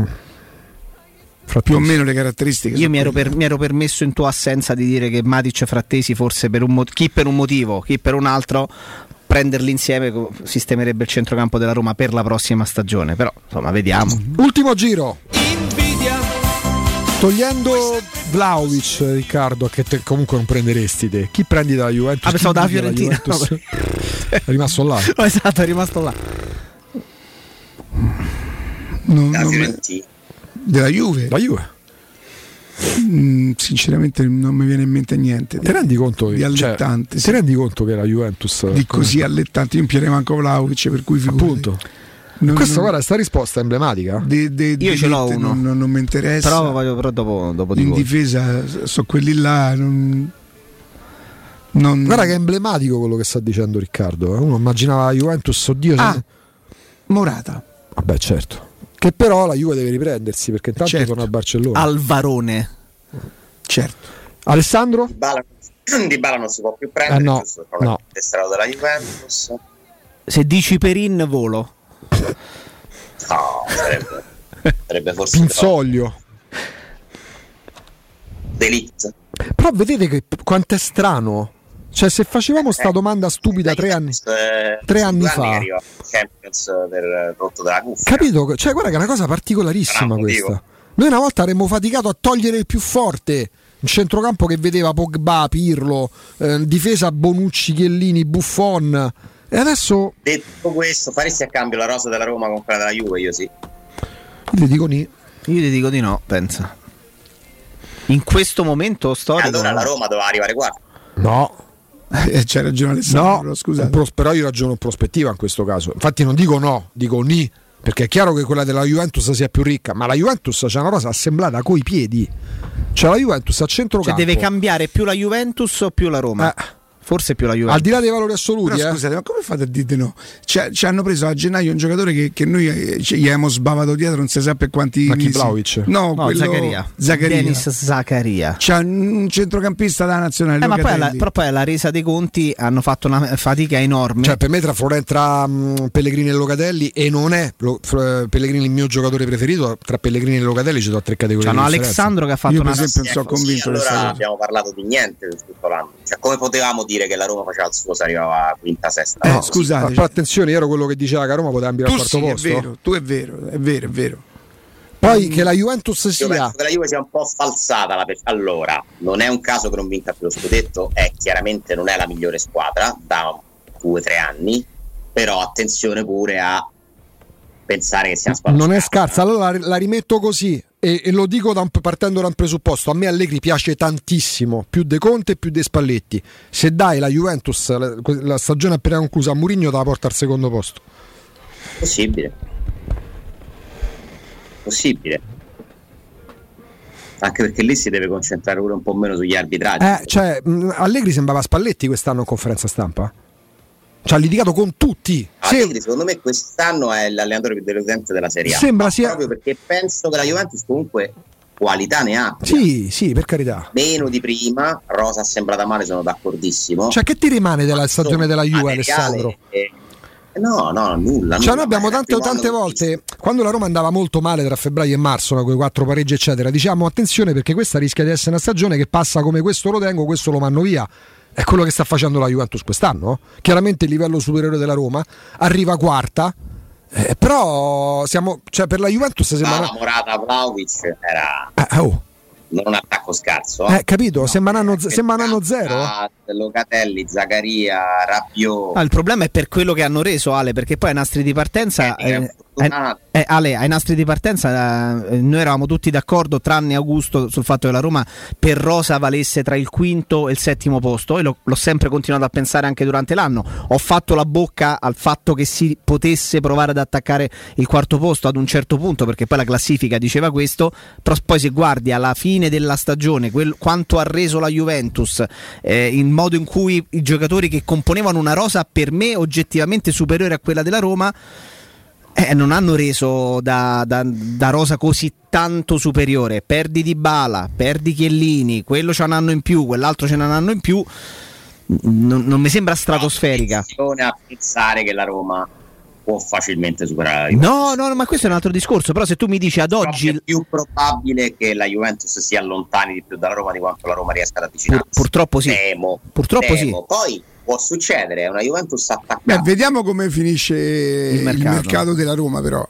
[SPEAKER 3] fra
[SPEAKER 1] Più o
[SPEAKER 3] tutti.
[SPEAKER 1] meno le caratteristiche.
[SPEAKER 4] Io
[SPEAKER 1] sono
[SPEAKER 4] mi ero,
[SPEAKER 1] quelle.
[SPEAKER 4] per- mi ero permesso in tua assenza di dire che Matic e Frattesi forse per un mo- chi per un motivo, chi per un altro, prenderli insieme co- sistemerebbe il centrocampo della Roma per la prossima stagione. Però insomma vediamo.
[SPEAKER 3] Ultimo giro.
[SPEAKER 5] invidia,
[SPEAKER 3] Togliendo Vlahovic, Riccardo, che te comunque non prenderesti te. Chi prendi dalla Juventus?
[SPEAKER 4] Ah, pensavo
[SPEAKER 3] Chi
[SPEAKER 4] dalla
[SPEAKER 3] prendi dalla
[SPEAKER 4] Fiorentina.
[SPEAKER 3] Juventus? È rimasto là.
[SPEAKER 4] No, esatto, è rimasto là.
[SPEAKER 1] Non-
[SPEAKER 2] La
[SPEAKER 1] non me-
[SPEAKER 2] Fiorentina.
[SPEAKER 1] Della Juve?
[SPEAKER 3] La Juve.
[SPEAKER 1] Mm, sinceramente non mi viene in mente niente.
[SPEAKER 3] Ti rendi conto
[SPEAKER 1] di allettante?
[SPEAKER 3] Cioè, ti rendi conto che la Juventus
[SPEAKER 1] di così allettante? Io non piede manco Vlahovic, per cui figurati.
[SPEAKER 3] Appunto.
[SPEAKER 1] Non,
[SPEAKER 3] Questa
[SPEAKER 1] non,
[SPEAKER 3] guarda, sta risposta è emblematica.
[SPEAKER 1] De, de,
[SPEAKER 4] Io
[SPEAKER 1] de
[SPEAKER 4] ce l'ho
[SPEAKER 1] dette
[SPEAKER 4] uno.
[SPEAKER 1] Non, non mi interessa.
[SPEAKER 4] Però, voglio, però dopo, dopo di
[SPEAKER 1] in
[SPEAKER 4] voi.
[SPEAKER 1] difesa so quelli là. Non, non...
[SPEAKER 3] Guarda che è emblematico quello che sta dicendo Riccardo. eh. Uno immaginava la Juventus, oddio.
[SPEAKER 1] Ah,
[SPEAKER 3] se...
[SPEAKER 1] Morata.
[SPEAKER 3] Vabbè, certo. Che però la Juve deve riprendersi perché intanto
[SPEAKER 1] Certo.
[SPEAKER 3] torna a Barcellona.
[SPEAKER 4] Alvarone.
[SPEAKER 1] Certo.
[SPEAKER 3] Alessandro?
[SPEAKER 2] Di Bala, Di Bala non si può più prendere,
[SPEAKER 3] Eh no,
[SPEAKER 2] giusto? Non
[SPEAKER 3] no.
[SPEAKER 2] è testato della Juventus.
[SPEAKER 4] Se dici Perin, volo.
[SPEAKER 2] No, sarebbe, sarebbe forse
[SPEAKER 3] Pinzoglio.
[SPEAKER 2] D'Elite.
[SPEAKER 3] Però vedete che quanto è strano. Cioè, se facevamo sta
[SPEAKER 2] Eh,
[SPEAKER 3] domanda stupida tre anni,
[SPEAKER 2] eh,
[SPEAKER 3] tre
[SPEAKER 2] sono
[SPEAKER 3] anni
[SPEAKER 2] due
[SPEAKER 3] fa.
[SPEAKER 2] che arriva al Champions per rotto della cuffia.
[SPEAKER 3] capito? Cioè, guarda che è una cosa particolarissima
[SPEAKER 2] Ah, motivo.
[SPEAKER 3] questa. Noi una volta avremmo faticato a togliere il più forte. Un centrocampo che vedeva Pogba, Pirlo, eh, difesa Bonucci, Chiellini, Buffon. E adesso
[SPEAKER 2] Detto questo, faresti a cambio la rosa della Roma con quella della Juve? Io sì.
[SPEAKER 3] ti dico ni.
[SPEAKER 4] Io ti dico di no, pensa. In questo momento storico.
[SPEAKER 2] Allora
[SPEAKER 4] no.
[SPEAKER 2] la Roma doveva arrivare quarta.
[SPEAKER 3] No.
[SPEAKER 1] Eh, c'è ragione Alessandro,
[SPEAKER 3] No,
[SPEAKER 1] scusate.
[SPEAKER 3] pros- però io ragiono in prospettiva in questo caso. Infatti non dico no, dico ni, perché è chiaro che quella della Juventus sia più ricca, ma la Juventus c'è una rosa assemblata coi piedi. Cioè la Juventus a
[SPEAKER 4] Cioè,
[SPEAKER 3] centrocampo.
[SPEAKER 4] deve cambiare più la Juventus o più la Roma?
[SPEAKER 3] Eh.
[SPEAKER 4] Forse più la Juventus.
[SPEAKER 3] Al di là dei valori assoluti,
[SPEAKER 1] Però
[SPEAKER 3] eh.
[SPEAKER 1] scusate, ma come fate a dire no? Ci, ci hanno preso a gennaio un giocatore che, che noi eh, ci- gli abbiamo sbavato dietro non si sa per quanti
[SPEAKER 3] Ma chi,
[SPEAKER 1] mesi.
[SPEAKER 3] Vlahovic?
[SPEAKER 1] No,
[SPEAKER 4] No,
[SPEAKER 1] quello
[SPEAKER 4] Zaccaria.
[SPEAKER 1] Zaccaria.
[SPEAKER 4] Dennis Zaccaria.
[SPEAKER 1] C'è un centrocampista da nazionale.
[SPEAKER 4] Eh, ma poi alla,
[SPEAKER 1] Locatelli.
[SPEAKER 4] però poi alla resa dei conti hanno fatto una fatica enorme.
[SPEAKER 3] Cioè per me tra, Floren- tra mh, Pellegrini e Locatelli, e non è lo- F- Pellegrini il mio giocatore preferito, tra Pellegrini e Locatelli ci sono tre categorie.
[SPEAKER 4] C'hanno
[SPEAKER 3] di differenza.
[SPEAKER 4] Alexandro che ha fatto
[SPEAKER 1] Io, per
[SPEAKER 4] una
[SPEAKER 1] esempio, non
[SPEAKER 2] Se è
[SPEAKER 1] sono
[SPEAKER 2] così,
[SPEAKER 1] convinto di questa
[SPEAKER 2] allora
[SPEAKER 1] cosa.
[SPEAKER 2] abbiamo parlato di niente per tutto l'anno. Cioè, come potevamo dire che la Roma faceva il suo se arrivava a quinta, sesta?
[SPEAKER 1] Eh,
[SPEAKER 2] No,
[SPEAKER 1] scusate,
[SPEAKER 3] Ma però attenzione, io ero quello che diceva che a Roma poteva ambire al
[SPEAKER 1] tu
[SPEAKER 3] quarto
[SPEAKER 1] sì, è
[SPEAKER 3] posto.
[SPEAKER 1] vero, tu è vero, è vero, è vero.
[SPEAKER 3] Poi che la Juventus
[SPEAKER 2] Io
[SPEAKER 3] sia
[SPEAKER 2] penso che la Juve sia un po' falsata. La per- allora, non è un caso che non vinca più lo scudetto, è chiaramente non è la migliore squadra da due o tre anni, però attenzione pure a pensare che sia una squadra
[SPEAKER 3] non è
[SPEAKER 2] scarsa.
[SPEAKER 3] scarsa, allora la, la rimetto così e, e lo dico da un- partendo da un presupposto. A me Allegri piace tantissimo, più De Conte e più De Spalletti. Se dai la Juventus la, la stagione appena conclusa a Mourinho te la porta al secondo posto.
[SPEAKER 2] Possibile. Possibile. Anche perché lì si deve concentrare pure un po' meno sugli arbitraggi.
[SPEAKER 3] Eh, cioè, mh, Allegri sembrava Spalletti quest'anno in conferenza stampa. Cioè, ha litigato con tutti.
[SPEAKER 2] Allegri,
[SPEAKER 3] Se-
[SPEAKER 2] secondo me quest'anno è l'allenatore più deludente della Serie A.
[SPEAKER 3] Sembra
[SPEAKER 2] Ma
[SPEAKER 3] sia-
[SPEAKER 2] proprio perché penso che la Juventus comunque qualità ne ha.
[SPEAKER 3] Sì, sì, per carità.
[SPEAKER 2] Meno di prima, Rosa è sembrata male, sono d'accordissimo.
[SPEAKER 3] Cioè, che ti rimane della
[SPEAKER 2] Ma
[SPEAKER 3] stagione della Juve,
[SPEAKER 2] materiale,
[SPEAKER 3] Alessandro?
[SPEAKER 2] eh, no, no, nulla.
[SPEAKER 3] Cioè,
[SPEAKER 2] nulla,
[SPEAKER 3] noi abbiamo
[SPEAKER 2] ma
[SPEAKER 3] tante,
[SPEAKER 2] il primo
[SPEAKER 3] tante
[SPEAKER 2] anno
[SPEAKER 3] volte, quando la Roma andava molto male tra febbraio e marzo, no, con i quattro pareggi, eccetera, diciamo attenzione perché questa rischia di essere una stagione che passa come questo lo tengo, questo lo mando via. È quello che sta facendo la Juventus quest'anno. no? Chiaramente il livello superiore della Roma arriva quarta, eh, però siamo, cioè, per la Juventus sembra.
[SPEAKER 2] Ah, Morata, Vlahovic era
[SPEAKER 3] Eh, oh.
[SPEAKER 2] non un attacco scarso. Eh,
[SPEAKER 3] Eh, capito? Sembra un anno,
[SPEAKER 2] perché
[SPEAKER 3] sembra un anno zero.
[SPEAKER 2] Zaka, Locatelli, Zaccaria, Rabiot.
[SPEAKER 4] Ah, il problema è per quello che hanno reso, Ale, perché poi ai nastri di partenza
[SPEAKER 2] Eh,
[SPEAKER 4] eh,
[SPEAKER 2] fortunato.
[SPEAKER 4] eh, eh, Ale, ai nastri di partenza eh, noi eravamo tutti d'accordo tranne Augusto sul fatto che la Roma per rosa valesse tra il quinto e il settimo posto e l'ho, l'ho sempre continuato a pensare anche durante l'anno. Ho fatto la bocca al fatto che si potesse provare ad attaccare il quarto posto ad un certo punto, perché poi la classifica diceva questo, però poi se guardi alla fine della stagione quel, quanto ha reso la Juventus, eh, il modo in cui i giocatori che componevano una rosa per me oggettivamente superiore a quella della Roma, eh, non hanno reso da, da, da rosa così tanto superiore. Perdi Dybala, perdi Chiellini, quello c'ha un anno in più, quell'altro ce n'ha un anno in più, non, non mi sembra stratosferica.
[SPEAKER 2] Attenzione a pensare che la Roma può facilmente superare la Juventus.
[SPEAKER 4] No, no, no, ma questo è un altro discorso. Però se tu mi dici ad oggi
[SPEAKER 2] È più probabile che la Juventus si allontani di più dalla Roma di quanto la Roma riesca ad avvicinarsi.
[SPEAKER 4] Pur- purtroppo sì.
[SPEAKER 2] Temo,
[SPEAKER 4] Purtroppo
[SPEAKER 2] temo. Poi può succedere, è una Juventus attaccata.
[SPEAKER 1] Beh, vediamo come finisce il
[SPEAKER 4] Il
[SPEAKER 1] mercato.
[SPEAKER 4] mercato.
[SPEAKER 1] della Roma, però.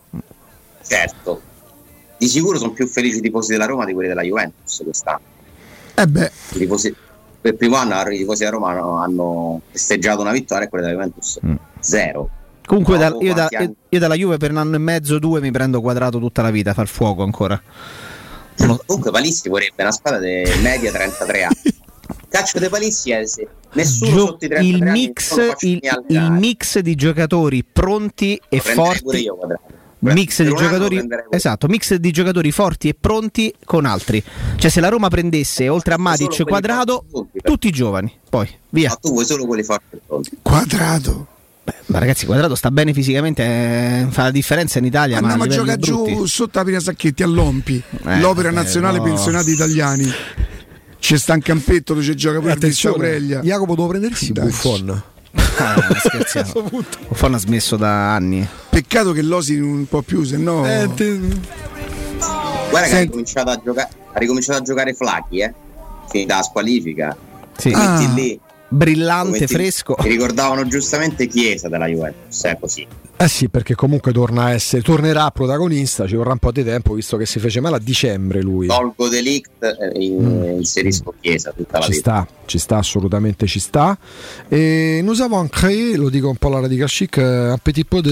[SPEAKER 2] Certo. Di sicuro sono più felici i tifosi della Roma di quelli della Juventus quest'anno.
[SPEAKER 1] Eh beh,
[SPEAKER 2] I tifosi, per il primo anno i tifosi della Roma hanno, hanno festeggiato una vittoria e quelli della Juventus
[SPEAKER 4] Mm.
[SPEAKER 2] zero.
[SPEAKER 4] Comunque da-
[SPEAKER 2] Dopo
[SPEAKER 4] io, da-
[SPEAKER 2] quanti anni?
[SPEAKER 4] io dalla Juve per un anno e mezzo, due mi prendo Quadrato tutta la vita, fa il fuoco ancora.
[SPEAKER 2] Comunque Palissi vorrebbe una squadra di media trentatré anni. Calcio dei Palissi è se nessuno
[SPEAKER 4] Gio-
[SPEAKER 2] sotto i trentatré
[SPEAKER 4] il,
[SPEAKER 2] anni
[SPEAKER 4] mix,
[SPEAKER 2] non lo faccio
[SPEAKER 4] il,
[SPEAKER 2] né
[SPEAKER 4] il
[SPEAKER 2] allenare.
[SPEAKER 4] mix di giocatori pronti e
[SPEAKER 2] Lo prenderei pure
[SPEAKER 4] forti.
[SPEAKER 2] io, Quadrato.
[SPEAKER 4] Mix
[SPEAKER 2] Per
[SPEAKER 4] di
[SPEAKER 2] un anno lo
[SPEAKER 4] giocatori
[SPEAKER 2] prenderei pure.
[SPEAKER 4] esatto, mix di giocatori forti e pronti con altri. Cioè se la Roma prendesse oltre a
[SPEAKER 2] Solo
[SPEAKER 4] Matic
[SPEAKER 2] quelli
[SPEAKER 4] Quadrato
[SPEAKER 2] forti e pronti, per-
[SPEAKER 4] tutti giovani, poi via.
[SPEAKER 2] Ma tu vuoi solo quelli forti e pronti.
[SPEAKER 1] Quadrato.
[SPEAKER 4] Beh, ma ragazzi, Quadrato sta bene fisicamente, eh, fa la differenza in Italia.
[SPEAKER 1] Andiamo
[SPEAKER 4] ma
[SPEAKER 1] a
[SPEAKER 4] livelli
[SPEAKER 1] giocare
[SPEAKER 4] brutti.
[SPEAKER 1] giù sotto la Pina Sacchetti all'Ompi,
[SPEAKER 4] Eh,
[SPEAKER 1] l'Opera
[SPEAKER 4] eh,
[SPEAKER 1] Nazionale
[SPEAKER 4] no.
[SPEAKER 1] Pensionati Italiani. C'è sta un campetto dove ci gioca pure Vizio Aurelia.
[SPEAKER 3] Jacopo devo prendersi
[SPEAKER 1] Dai.
[SPEAKER 3] Buffon.
[SPEAKER 4] Ah, scherziamo. Buffon ha smesso da anni.
[SPEAKER 1] Peccato che l'Osi un po' più, se no.
[SPEAKER 3] Eh, te-
[SPEAKER 2] Guarda che ha
[SPEAKER 1] Senti.
[SPEAKER 2] ricominciato a giocare, ha ricominciato a giocare Flacchi, eh. Finita la squalifica.
[SPEAKER 4] Sì.
[SPEAKER 1] Ah.
[SPEAKER 2] Metti lì.
[SPEAKER 4] Brillante,
[SPEAKER 2] metti-
[SPEAKER 4] fresco.
[SPEAKER 2] Mi ricordavano giustamente Chiesa della Juventus, è così.
[SPEAKER 3] Eh sì, perché comunque torna a essere, tornerà protagonista, ci vorrà un po' di tempo, visto che si fece male a dicembre lui.
[SPEAKER 2] Tolgo Delict e in- inserisco Chiesa tutta la
[SPEAKER 3] Ci
[SPEAKER 2] vita.
[SPEAKER 3] sta, ci sta, assolutamente ci sta. Et nous avons créé, lo dico un po' alla radical chic, un petit peu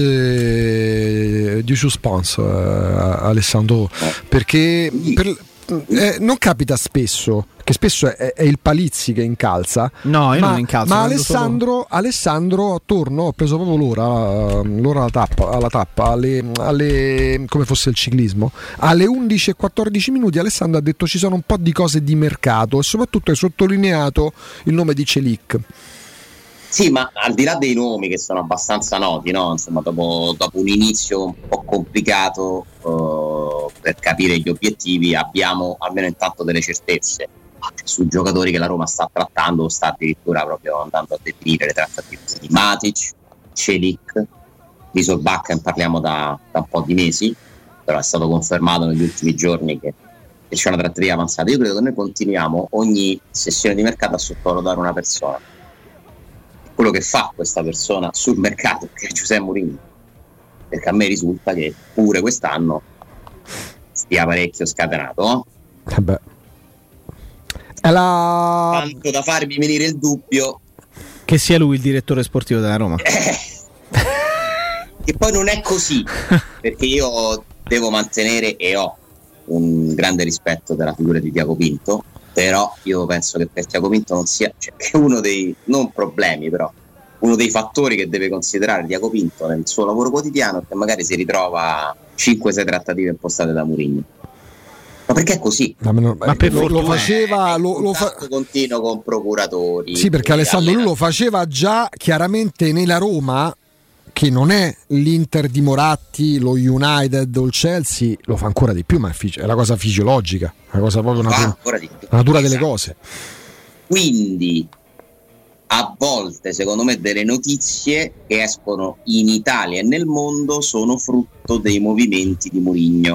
[SPEAKER 3] de, di suspense, eh, Alessandro, perché per- eh, non capita spesso, che spesso è, è il Palizzi che incalza.
[SPEAKER 4] No, io
[SPEAKER 3] ma,
[SPEAKER 4] non incalzo,
[SPEAKER 3] ma
[SPEAKER 4] prendo
[SPEAKER 3] Alessandro, Alessandro attorno, ho preso proprio l'ora, l'ora alla tappa, alla tappa alle, alle- come fosse il ciclismo, alle undici e quattordici minuti Alessandro ha detto ci sono un po' di cose di mercato e soprattutto hai sottolineato il nome di Celic.
[SPEAKER 2] Sì, ma al di là dei nomi che sono abbastanza noti, no? Insomma, dopo, dopo un inizio un po' complicato eh, per capire gli obiettivi, abbiamo almeno intanto delle certezze su giocatori che la Roma sta trattando o sta addirittura proprio andando a definire le trattative di Matic, Celic, di Solbakken parliamo da, da un po' di mesi, però è stato confermato negli ultimi giorni che, che c'è una trattativa avanzata. Io credo che noi continuiamo ogni sessione di mercato a sottovalutare una persona, quello che fa questa persona sul mercato, che è Giuseppe Mourinho, perché a me risulta che pure quest'anno stia parecchio scatenato, no?
[SPEAKER 3] Eh beh. È la...
[SPEAKER 2] Tanto da farmi venire il dubbio
[SPEAKER 4] Che sia lui il direttore sportivo della Roma.
[SPEAKER 2] che poi non è così, perché io devo mantenere e ho un grande rispetto della figura di Tiago Pinto, però io penso che per Tiago Pinto non sia, cioè, che uno dei, non problemi però, uno dei fattori che deve considerare Tiago Pinto nel suo lavoro quotidiano è che magari si ritrova cinque sei trattative impostate da Mourinho. Ma perché è così?
[SPEAKER 3] Ma, no,
[SPEAKER 4] Ma per
[SPEAKER 3] lo, lo
[SPEAKER 4] fortuna-
[SPEAKER 3] faceva...
[SPEAKER 2] È in
[SPEAKER 3] Lo, lo fa...
[SPEAKER 2] contatto continuo con procuratori.
[SPEAKER 3] Sì, perché Alessandro lui lo
[SPEAKER 2] allenatori.
[SPEAKER 3] faceva già chiaramente nella Roma, che non è l'Inter di Moratti, lo United o il Chelsea, lo fa ancora di più, ma è, fisi- è la cosa fisiologica, una cosa proprio
[SPEAKER 2] Fa
[SPEAKER 3] natura,
[SPEAKER 2] ancora di più.
[SPEAKER 3] la natura delle
[SPEAKER 2] Esatto.
[SPEAKER 3] cose.
[SPEAKER 2] Quindi a volte secondo me delle notizie che escono in Italia e nel mondo sono frutto dei movimenti di Mourinho.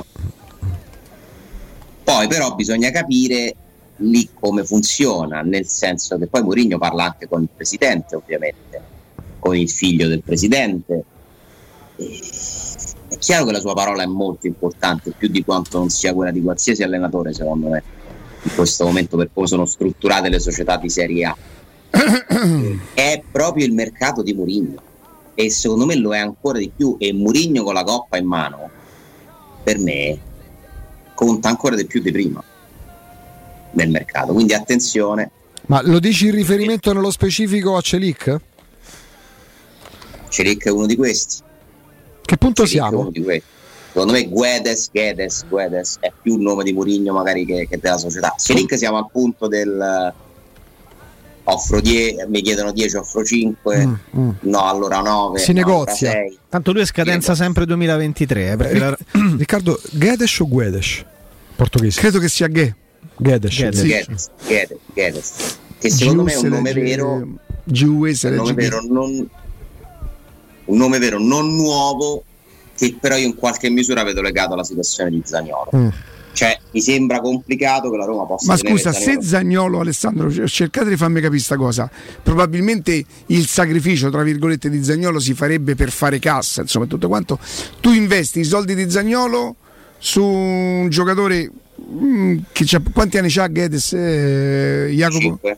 [SPEAKER 2] Poi però bisogna capire lì come funziona, nel senso che poi Mourinho parla anche con il presidente, ovviamente, con il figlio del presidente. E è chiaro che la sua parola è molto importante, più di quanto non sia quella di qualsiasi allenatore, secondo me, in questo momento, per come sono strutturate le società di Serie A. È proprio il mercato di Mourinho e secondo me lo è ancora di più, e Mourinho con la coppa in mano per me conta ancora di più di prima nel mercato, quindi attenzione.
[SPEAKER 3] Ma lo dici in riferimento nello specifico a Celic?
[SPEAKER 2] Celic è uno di questi.
[SPEAKER 3] Che punto
[SPEAKER 2] Celic è uno
[SPEAKER 3] siamo?
[SPEAKER 2] di questi. Secondo me Guedes, Guedes, Guedes è più il nome di Mourinho magari che, che della società. Celic siamo al punto del offro dieci, mi chiedono dieci, offro cinque,
[SPEAKER 3] Mm, mm.
[SPEAKER 2] no allora nove,
[SPEAKER 3] Si
[SPEAKER 2] no,
[SPEAKER 3] negozia.
[SPEAKER 2] allora sei.
[SPEAKER 4] Tanto lui è scadenza sempre duemilaventitré, eh, perché la-
[SPEAKER 3] Riccardo, Guedes o Guedes? Portoghese.
[SPEAKER 1] Credo che sia gay.
[SPEAKER 3] Guedes.
[SPEAKER 4] Guedes.
[SPEAKER 3] Sì.
[SPEAKER 2] Guedes, Guedes, Guedes, che secondo me è un nome vero,
[SPEAKER 1] Giù se
[SPEAKER 2] un nome
[SPEAKER 1] legge
[SPEAKER 2] vero non, un nome vero non nuovo, che però io in qualche misura vedo legato alla situazione di Zaniolo.
[SPEAKER 3] Mm.
[SPEAKER 2] Cioè mi sembra complicato che la Roma possa
[SPEAKER 1] Ma
[SPEAKER 2] tenere
[SPEAKER 1] scusa, se
[SPEAKER 2] Zaniolo.
[SPEAKER 1] Zaniolo, Alessandro, cercate di farmi capire sta cosa. Probabilmente il sacrificio, tra virgolette, di Zaniolo si farebbe per fare cassa, insomma, tutto quanto. Tu investi i soldi di Zaniolo su un giocatore mm, che c'ha, quanti anni c'ha Guedes, eh, Jacopo?
[SPEAKER 2] Cinque.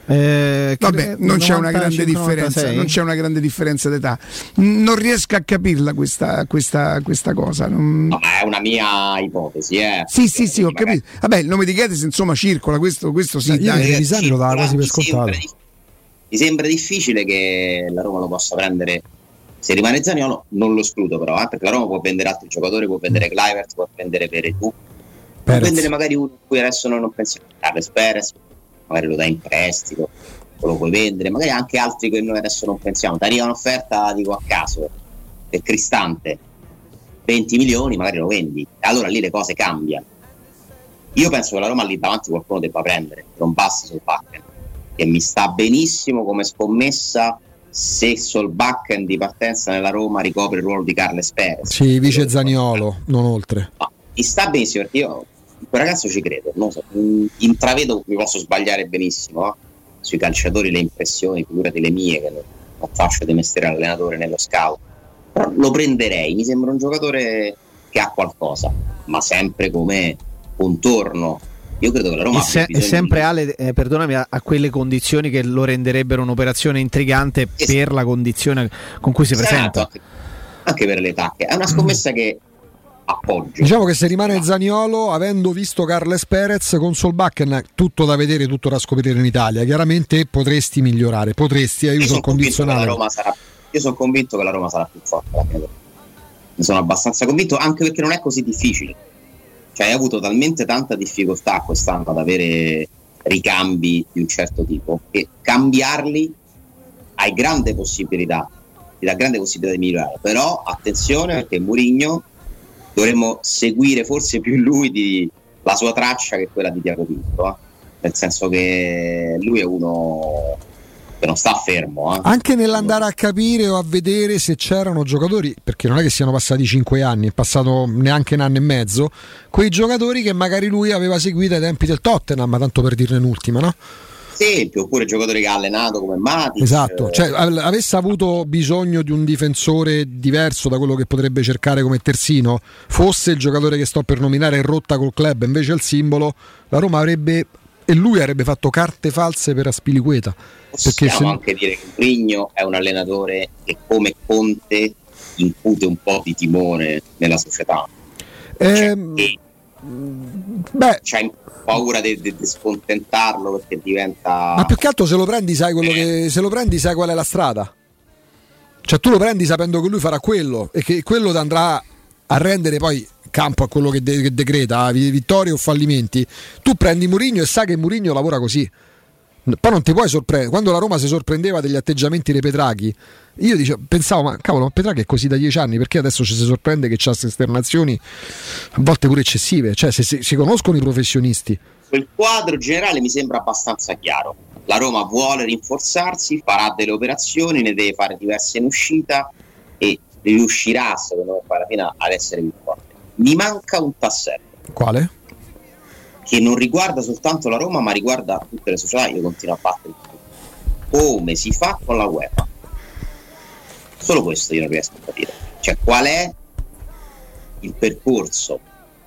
[SPEAKER 4] Eh,
[SPEAKER 1] Vabbè, non c'è una grande differenza, non c'è una grande differenza d'età. Non riesco a capirla questa, questa, questa cosa. Non...
[SPEAKER 2] No, ma è una mia ipotesi, eh.
[SPEAKER 1] Sì, sì, sì, ho capito. Vabbè, il nome di Chetes insomma circola, questo, questo sì.
[SPEAKER 3] Io
[SPEAKER 1] dai.
[SPEAKER 3] Trevisani lo dava quasi per scontato.
[SPEAKER 2] Mi sembra difficile che la Roma lo possa prendere. Se rimane Zaniolo non lo escludo però, eh, perché la Roma può vendere altri giocatori, può vendere Kluivert, può vendere Veretout, può
[SPEAKER 3] Perez.
[SPEAKER 2] vendere magari uno a cui adesso noi non pensiamo, Carles Perez, magari lo dai in prestito, o lo puoi vendere, magari anche altri che noi adesso non pensiamo. Ti arriva un'offerta, dico a caso, per Cristante, venti milioni, magari lo vendi, allora lì le cose cambiano. Io penso che la Roma lì davanti qualcuno debba prendere, non basta sul backend, che mi sta benissimo come scommessa se Solbakken di partenza nella Roma ricopre il ruolo di Carles Perez.
[SPEAKER 3] Sì, vice Zaniolo, non oltre.
[SPEAKER 2] No, mi sta benissimo perché io quel ragazzo ci credo, non so, intravedo, mi posso sbagliare benissimo, eh? Sui calciatori le impressioni, figurati le mie che non, non faccio di mestiere allenatore nello scout, però lo prenderei, mi sembra un giocatore che ha qualcosa, ma sempre come contorno. Io credo che la Roma
[SPEAKER 4] e, se, e sempre Ale, eh, perdonami, a, a quelle condizioni che lo renderebbero un'operazione intrigante esatto. per la condizione con cui si esatto. presenta.
[SPEAKER 2] Anche, anche per le tacche. È una scommessa mm. che appoggio.
[SPEAKER 3] Diciamo che se rimane Zaniolo, avendo visto Carles Perez con Solbakken, tutto da vedere, tutto da scoprire in Italia, chiaramente potresti migliorare, potresti, aiuto il condizionale.
[SPEAKER 2] Sarà, io sono convinto che la Roma sarà più forte. Ne sono abbastanza convinto, anche perché non è così difficile. Cioè hai avuto talmente tanta difficoltà quest'anno ad avere ricambi di un certo tipo che cambiarli hai grande possibilità, ti dà grande possibilità di migliorare. Però attenzione, perché Mourinho dovremmo seguire forse più lui di la sua traccia che quella di Tiago Pinto, eh? Nel senso che lui è uno che non sta fermo, eh?
[SPEAKER 3] Anche nell'andare a capire o a vedere se c'erano giocatori, perché non è che siano passati cinque anni, è passato neanche un anno e mezzo, quei giocatori che magari lui aveva seguito ai tempi del Tottenham, ma tanto per dirne un'ultima, no?
[SPEAKER 2] Sì, oppure giocatori che ha allenato come Matic.
[SPEAKER 3] Esatto, cioè avesse avuto bisogno di un difensore diverso da quello che potrebbe cercare come terzino, fosse il giocatore che sto per nominare in rotta col club invece il simbolo, la Roma avrebbe, e lui avrebbe fatto carte false per Aspilicueta.
[SPEAKER 2] Possiamo
[SPEAKER 3] perché se...
[SPEAKER 2] anche dire che Mourinho è un allenatore che come Conte incute un po' di timore nella società.
[SPEAKER 3] Ehm...
[SPEAKER 2] Cioè,
[SPEAKER 3] Beh,
[SPEAKER 2] c'hai paura di, di, di scontentarlo perché diventa.
[SPEAKER 3] Ma più che altro se lo prendi sai quello che se lo prendi sai qual è la strada. Cioè tu lo prendi sapendo che lui farà quello e che quello ti andrà a rendere poi campo a quello che, de- che decreta vittorie o fallimenti. Tu prendi Mourinho e sai che Mourinho lavora così. Poi non ti puoi sorprendere. Quando la Roma si sorprendeva degli atteggiamenti dei Petraghi, io dicevo, pensavo, ma cavolo, ma Petraghi è così da dieci anni, perché adesso ci si sorprende che c'ha queste esternazioni a volte pure eccessive? Cioè se si, si conoscono i professionisti.
[SPEAKER 2] Quel quadro generale mi sembra abbastanza chiaro. La Roma vuole rinforzarsi, farà delle operazioni, ne deve fare diverse in uscita e riuscirà, secondo me, poi alla fine ad essere più forte. Mi manca un tassello.
[SPEAKER 3] Quale?
[SPEAKER 2] Che non riguarda soltanto la Roma, ma riguarda tutte le società. Io continuo a battere come si fa con la UEFA. Solo questo io non riesco a capire. Cioè, qual è il percorso?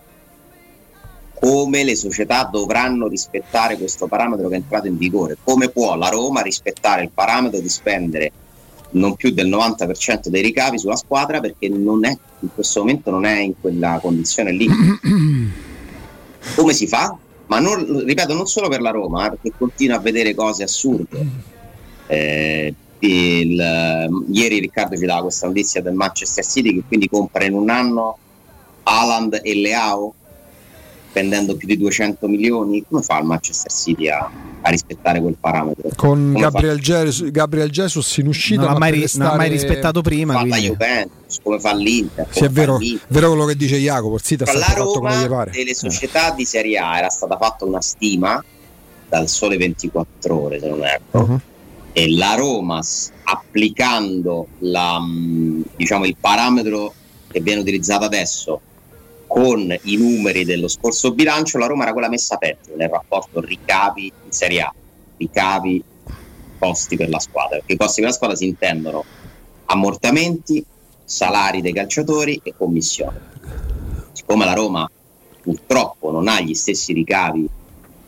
[SPEAKER 2] Come le società dovranno rispettare questo parametro che è entrato in vigore? Come può la Roma rispettare il parametro di spendere non più del novanta per cento dei ricavi sulla squadra, perché non è, in questo momento non è in quella condizione lì? Come si fa? Ma non, ripeto, non solo per la Roma, eh, perché continua a vedere cose assurde. Eh, il, ieri Riccardo ci dava questa notizia del Manchester City che quindi compra in un anno Haaland e Leao spendendo più di duecento milioni. Come fa il Manchester City a, a rispettare quel parametro?
[SPEAKER 3] Con Gabriel Jesus, Gabriel Jesus in uscita
[SPEAKER 4] non ha mai, restare... non ha mai rispettato prima.
[SPEAKER 2] Fa la Juventus, come fa l'Inter?
[SPEAKER 3] Sì, è vero, vero quello che dice Jacopo. Zita,
[SPEAKER 2] la Roma delle società di Serie A era stata fatta una stima dal Sole ventiquattro Ore, se non erro, uh-huh. E la Roma, applicando la, diciamo, il parametro che viene utilizzato adesso con i numeri dello scorso bilancio, la Roma era quella messa peggio nel rapporto ricavi in Serie A, ricavi costi per la squadra, perché i costi per la squadra si intendono ammortamenti, salari dei calciatori e commissioni. Siccome la Roma purtroppo non ha gli stessi ricavi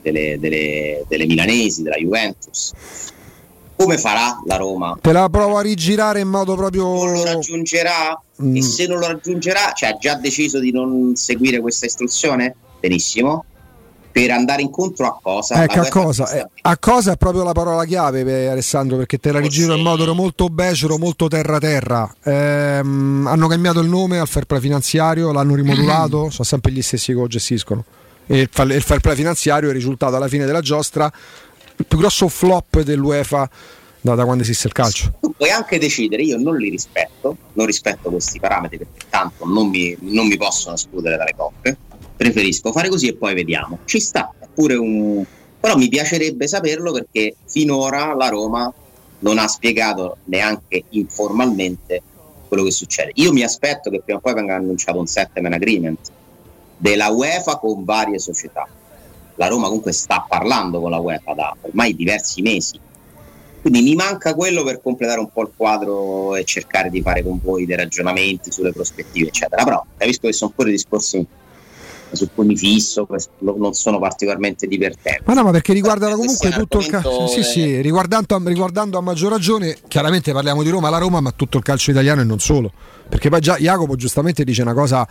[SPEAKER 2] delle, delle, delle milanesi, della Juventus. Come farà la Roma?
[SPEAKER 3] Te la provo a rigirare in modo proprio...
[SPEAKER 2] Non lo raggiungerà? Mm. E se non lo raggiungerà, cioè ha già deciso di non seguire questa istruzione? Benissimo. Per andare incontro a cosa?
[SPEAKER 3] Ecco, a cosa? Eh, a cosa è proprio la parola chiave, per Alessandro, perché te la rigiro in modo molto becero, molto terra-terra. Ehm, hanno cambiato il nome al fair play finanziario, l'hanno rimodulato, sono sempre gli stessi che lo gestiscono. E il fair play finanziario è risultato alla fine della giostra il più grosso flop dell'UEFA da, da quando esiste il calcio.
[SPEAKER 2] Tu puoi anche decidere, io non li rispetto, non rispetto questi parametri perché tanto non mi, non mi possono escludere dalle coppe. Preferisco fare così e poi vediamo. Ci sta, è pure un... però mi piacerebbe saperlo perché finora la Roma non ha spiegato neanche informalmente quello che succede. Io mi aspetto che prima o poi venga annunciato un settlement agreement della UEFA con varie società. La Roma comunque sta parlando con la UEFA da ormai diversi mesi, quindi mi manca quello per completare un po' il quadro e cercare di fare con voi dei ragionamenti sulle prospettive eccetera. Però capisco che sono pure discorsi su cui mi fisso, non sono particolarmente divertenti.
[SPEAKER 3] Ma no, ma perché riguardano comunque tutto il calcio. Sì, sì, riguardando, riguardando a maggior ragione, chiaramente parliamo di Roma, la Roma, ma tutto il calcio italiano e non solo. Perché poi già Jacopo giustamente dice una cosa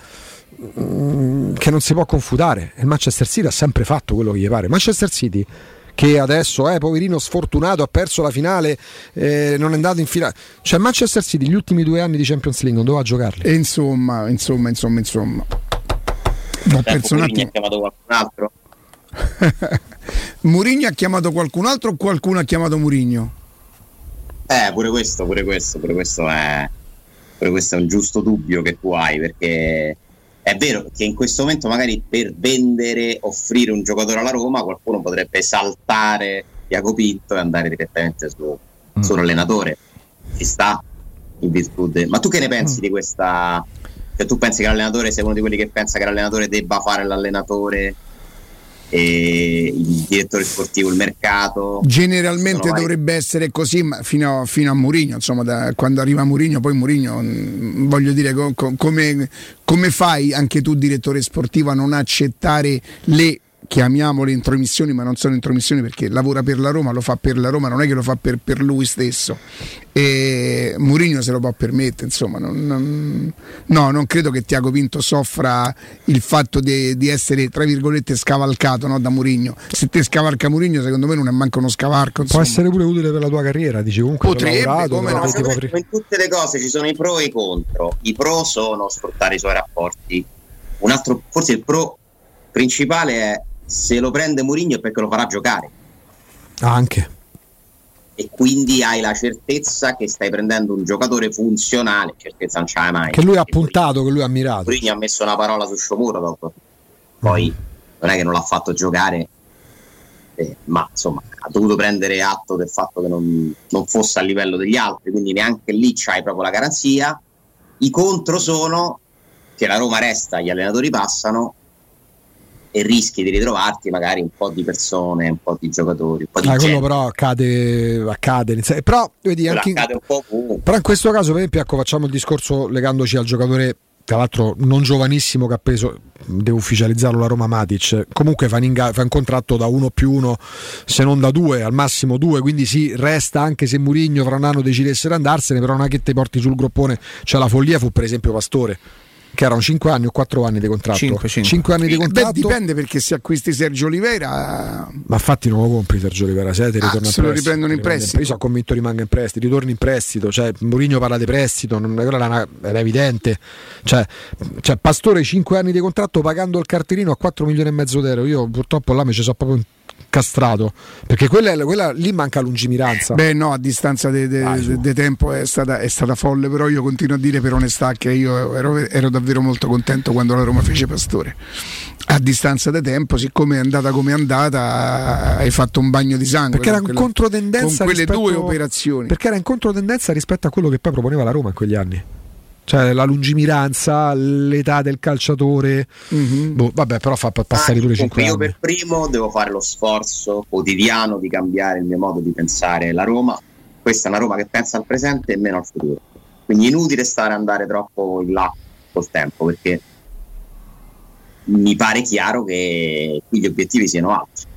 [SPEAKER 3] mh, che non si può confutare. Il Manchester City ha sempre fatto quello che gli pare. Manchester City che adesso è eh, poverino sfortunato, ha perso la finale, eh, non è andato in finale. Cioè Manchester City gli ultimi due anni di Champions League non doveva giocarli.
[SPEAKER 1] E insomma, insomma, insomma, insomma.
[SPEAKER 2] No, Mourinho ha chiamato qualcun altro?
[SPEAKER 1] Mourinho ha chiamato qualcun altro o qualcuno ha chiamato Mourinho?
[SPEAKER 2] Eh, pure questo, pure questo, pure questo è pure questo è un giusto dubbio che tu hai, perché è vero che in questo momento magari per vendere, offrire un giocatore alla Roma qualcuno potrebbe esaltare Iago Pinto e andare direttamente su, mm. sull'allenatore. Ci sta in virtù de... Ma tu che ne pensi mm. di questa... Cioè, tu pensi che l'allenatore, sei uno di quelli che pensa che l'allenatore debba fare l'allenatore e il direttore sportivo il mercato?
[SPEAKER 1] Generalmente dovrebbe essere così, ma fino a, fino a Mourinho, insomma, da quando arriva Mourinho, poi Mourinho, mh, voglio dire, co- co- come, come fai anche tu direttore sportivo a non accettare le, chiamiamole intromissioni, ma non sono intromissioni perché lavora per la Roma, lo fa per la Roma, non è che lo fa per, per lui stesso. E Mourinho se lo può permettere, insomma, non, non, no, non credo che Tiago Pinto soffra il fatto di, di essere tra virgolette scavalcato, no, da Mourinho. Se te scavalca Mourinho, secondo me non è manco uno scavalco, insomma.
[SPEAKER 3] Può essere pure utile per la tua carriera, dici comunque
[SPEAKER 1] potrebbe,
[SPEAKER 3] lavorato,
[SPEAKER 1] come no,
[SPEAKER 2] come in tutte le cose ci sono i pro e i contro. I pro sono sfruttare i suoi rapporti, un altro, forse il pro principale è se lo prende Mourinho è perché lo farà giocare
[SPEAKER 3] anche,
[SPEAKER 2] e quindi hai la certezza che stai prendendo un giocatore funzionale, certezza non c'hai mai,
[SPEAKER 3] che lui ha puntato, che lui ha mirato.
[SPEAKER 2] Mourinho ha messo una parola su Sciomuro dopo, poi mm. non è che non l'ha fatto giocare, eh, ma insomma ha dovuto prendere atto del fatto che non, non fosse a livello degli altri, quindi neanche lì c'hai proprio la garanzia. I contro sono che la Roma resta, gli allenatori passano e rischi di ritrovarti magari un po' di persone, un po' di giocatori, un po' di
[SPEAKER 3] ah,
[SPEAKER 2] gente.
[SPEAKER 3] Quello però accade, accade. Però, vedi, anche in,
[SPEAKER 2] accade un po'
[SPEAKER 3] però in questo caso, per esempio, ecco, facciamo il discorso legandoci al giocatore, tra l'altro non giovanissimo, che ha preso, devo ufficializzarlo, la Roma, Matic. Comunque fa un, inga- fa un contratto da uno più uno, se non da due, al massimo due, quindi si resta, anche se Mourinho fra un anno decidesse di andarsene, però non è che te porti sul groppone. Cioè la follia fu per esempio Pastore, che erano cinque anni o quattro anni di contratto. cinque anni di contratto.
[SPEAKER 1] Beh, dipende, perché se acquisti Sergio Oliveira,
[SPEAKER 3] ma infatti non lo compri Sergio Oliveira, se,
[SPEAKER 1] ah,
[SPEAKER 3] ritorna
[SPEAKER 1] se lo riprendono in prestito.
[SPEAKER 3] Io sono convinto rimanga in prestito, ritorni in prestito, cioè Mourinho parla di prestito, non, era, era evidente, cioè, cioè Pastore cinque anni di contratto pagando il cartellino a quattro milioni e mezzo d'euro. Io purtroppo là mi ci sono proprio castrato, perché quella, quella lì manca lungimiranza.
[SPEAKER 1] Beh no, a distanza di tempo è stata, è stata folle, però io continuo a dire per onestà che io ero, ero davvero molto contento quando la Roma fece Pastore. A distanza di tempo, siccome è andata come è andata, hai fatto un bagno di sangue,
[SPEAKER 3] perché era in controtendenza
[SPEAKER 1] con quelle
[SPEAKER 3] rispetto,
[SPEAKER 1] due operazioni,
[SPEAKER 3] perché era in controtendenza rispetto a quello che poi proponeva la Roma in quegli anni. Cioè la lungimiranza, l'età del calciatore, mm-hmm. boh, vabbè, però fa passare
[SPEAKER 2] ah,
[SPEAKER 3] pure cinque
[SPEAKER 2] io
[SPEAKER 3] anni.
[SPEAKER 2] Per primo devo fare lo sforzo quotidiano di cambiare il mio modo di pensare la Roma. Questa è una Roma che pensa al presente e meno al futuro, quindi inutile stare andare troppo in là col tempo, perché mi pare chiaro che qui gli obiettivi siano altri.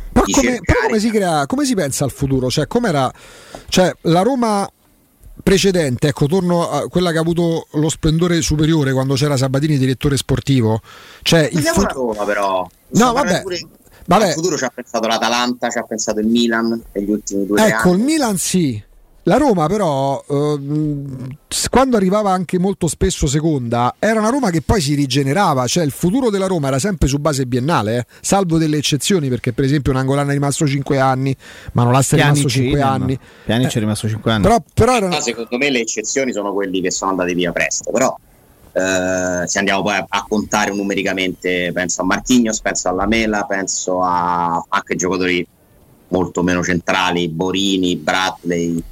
[SPEAKER 3] Però
[SPEAKER 2] di
[SPEAKER 3] come,
[SPEAKER 2] cercare-
[SPEAKER 3] però come si crea, come si pensa al futuro? Cioè, com'era, cioè la Roma precedente, ecco, torno a quella che ha avuto lo splendore superiore quando c'era Sabatini direttore sportivo. Cioè, il
[SPEAKER 2] Vediamo la
[SPEAKER 3] fut-
[SPEAKER 2] Roma però.
[SPEAKER 3] No,
[SPEAKER 2] Possiamo
[SPEAKER 3] vabbè,
[SPEAKER 2] parlare pure-
[SPEAKER 3] vabbè.
[SPEAKER 2] Al futuro ci ha pensato l'Atalanta, ci ha pensato il Milan negli ultimi due
[SPEAKER 3] Ecco,
[SPEAKER 2] anni.
[SPEAKER 3] il Milan sì. La Roma però, ehm, quando arrivava anche molto spesso seconda, era una Roma che poi si rigenerava, cioè il futuro della Roma era sempre su base biennale, eh, salvo delle eccezioni, perché per esempio Nangolan è rimasto cinque anni, Manolas è rimasto cinque anni.
[SPEAKER 4] Pjanic
[SPEAKER 3] Eh,
[SPEAKER 4] è rimasto cinque anni.
[SPEAKER 3] Però, però erano...
[SPEAKER 2] Ah, secondo me le eccezioni sono quelli che sono andati via presto, però eh, se andiamo poi a, a contare numericamente, penso a Marquinhos, penso alla Mela, penso a anche giocatori molto meno centrali, Borini, Bradley,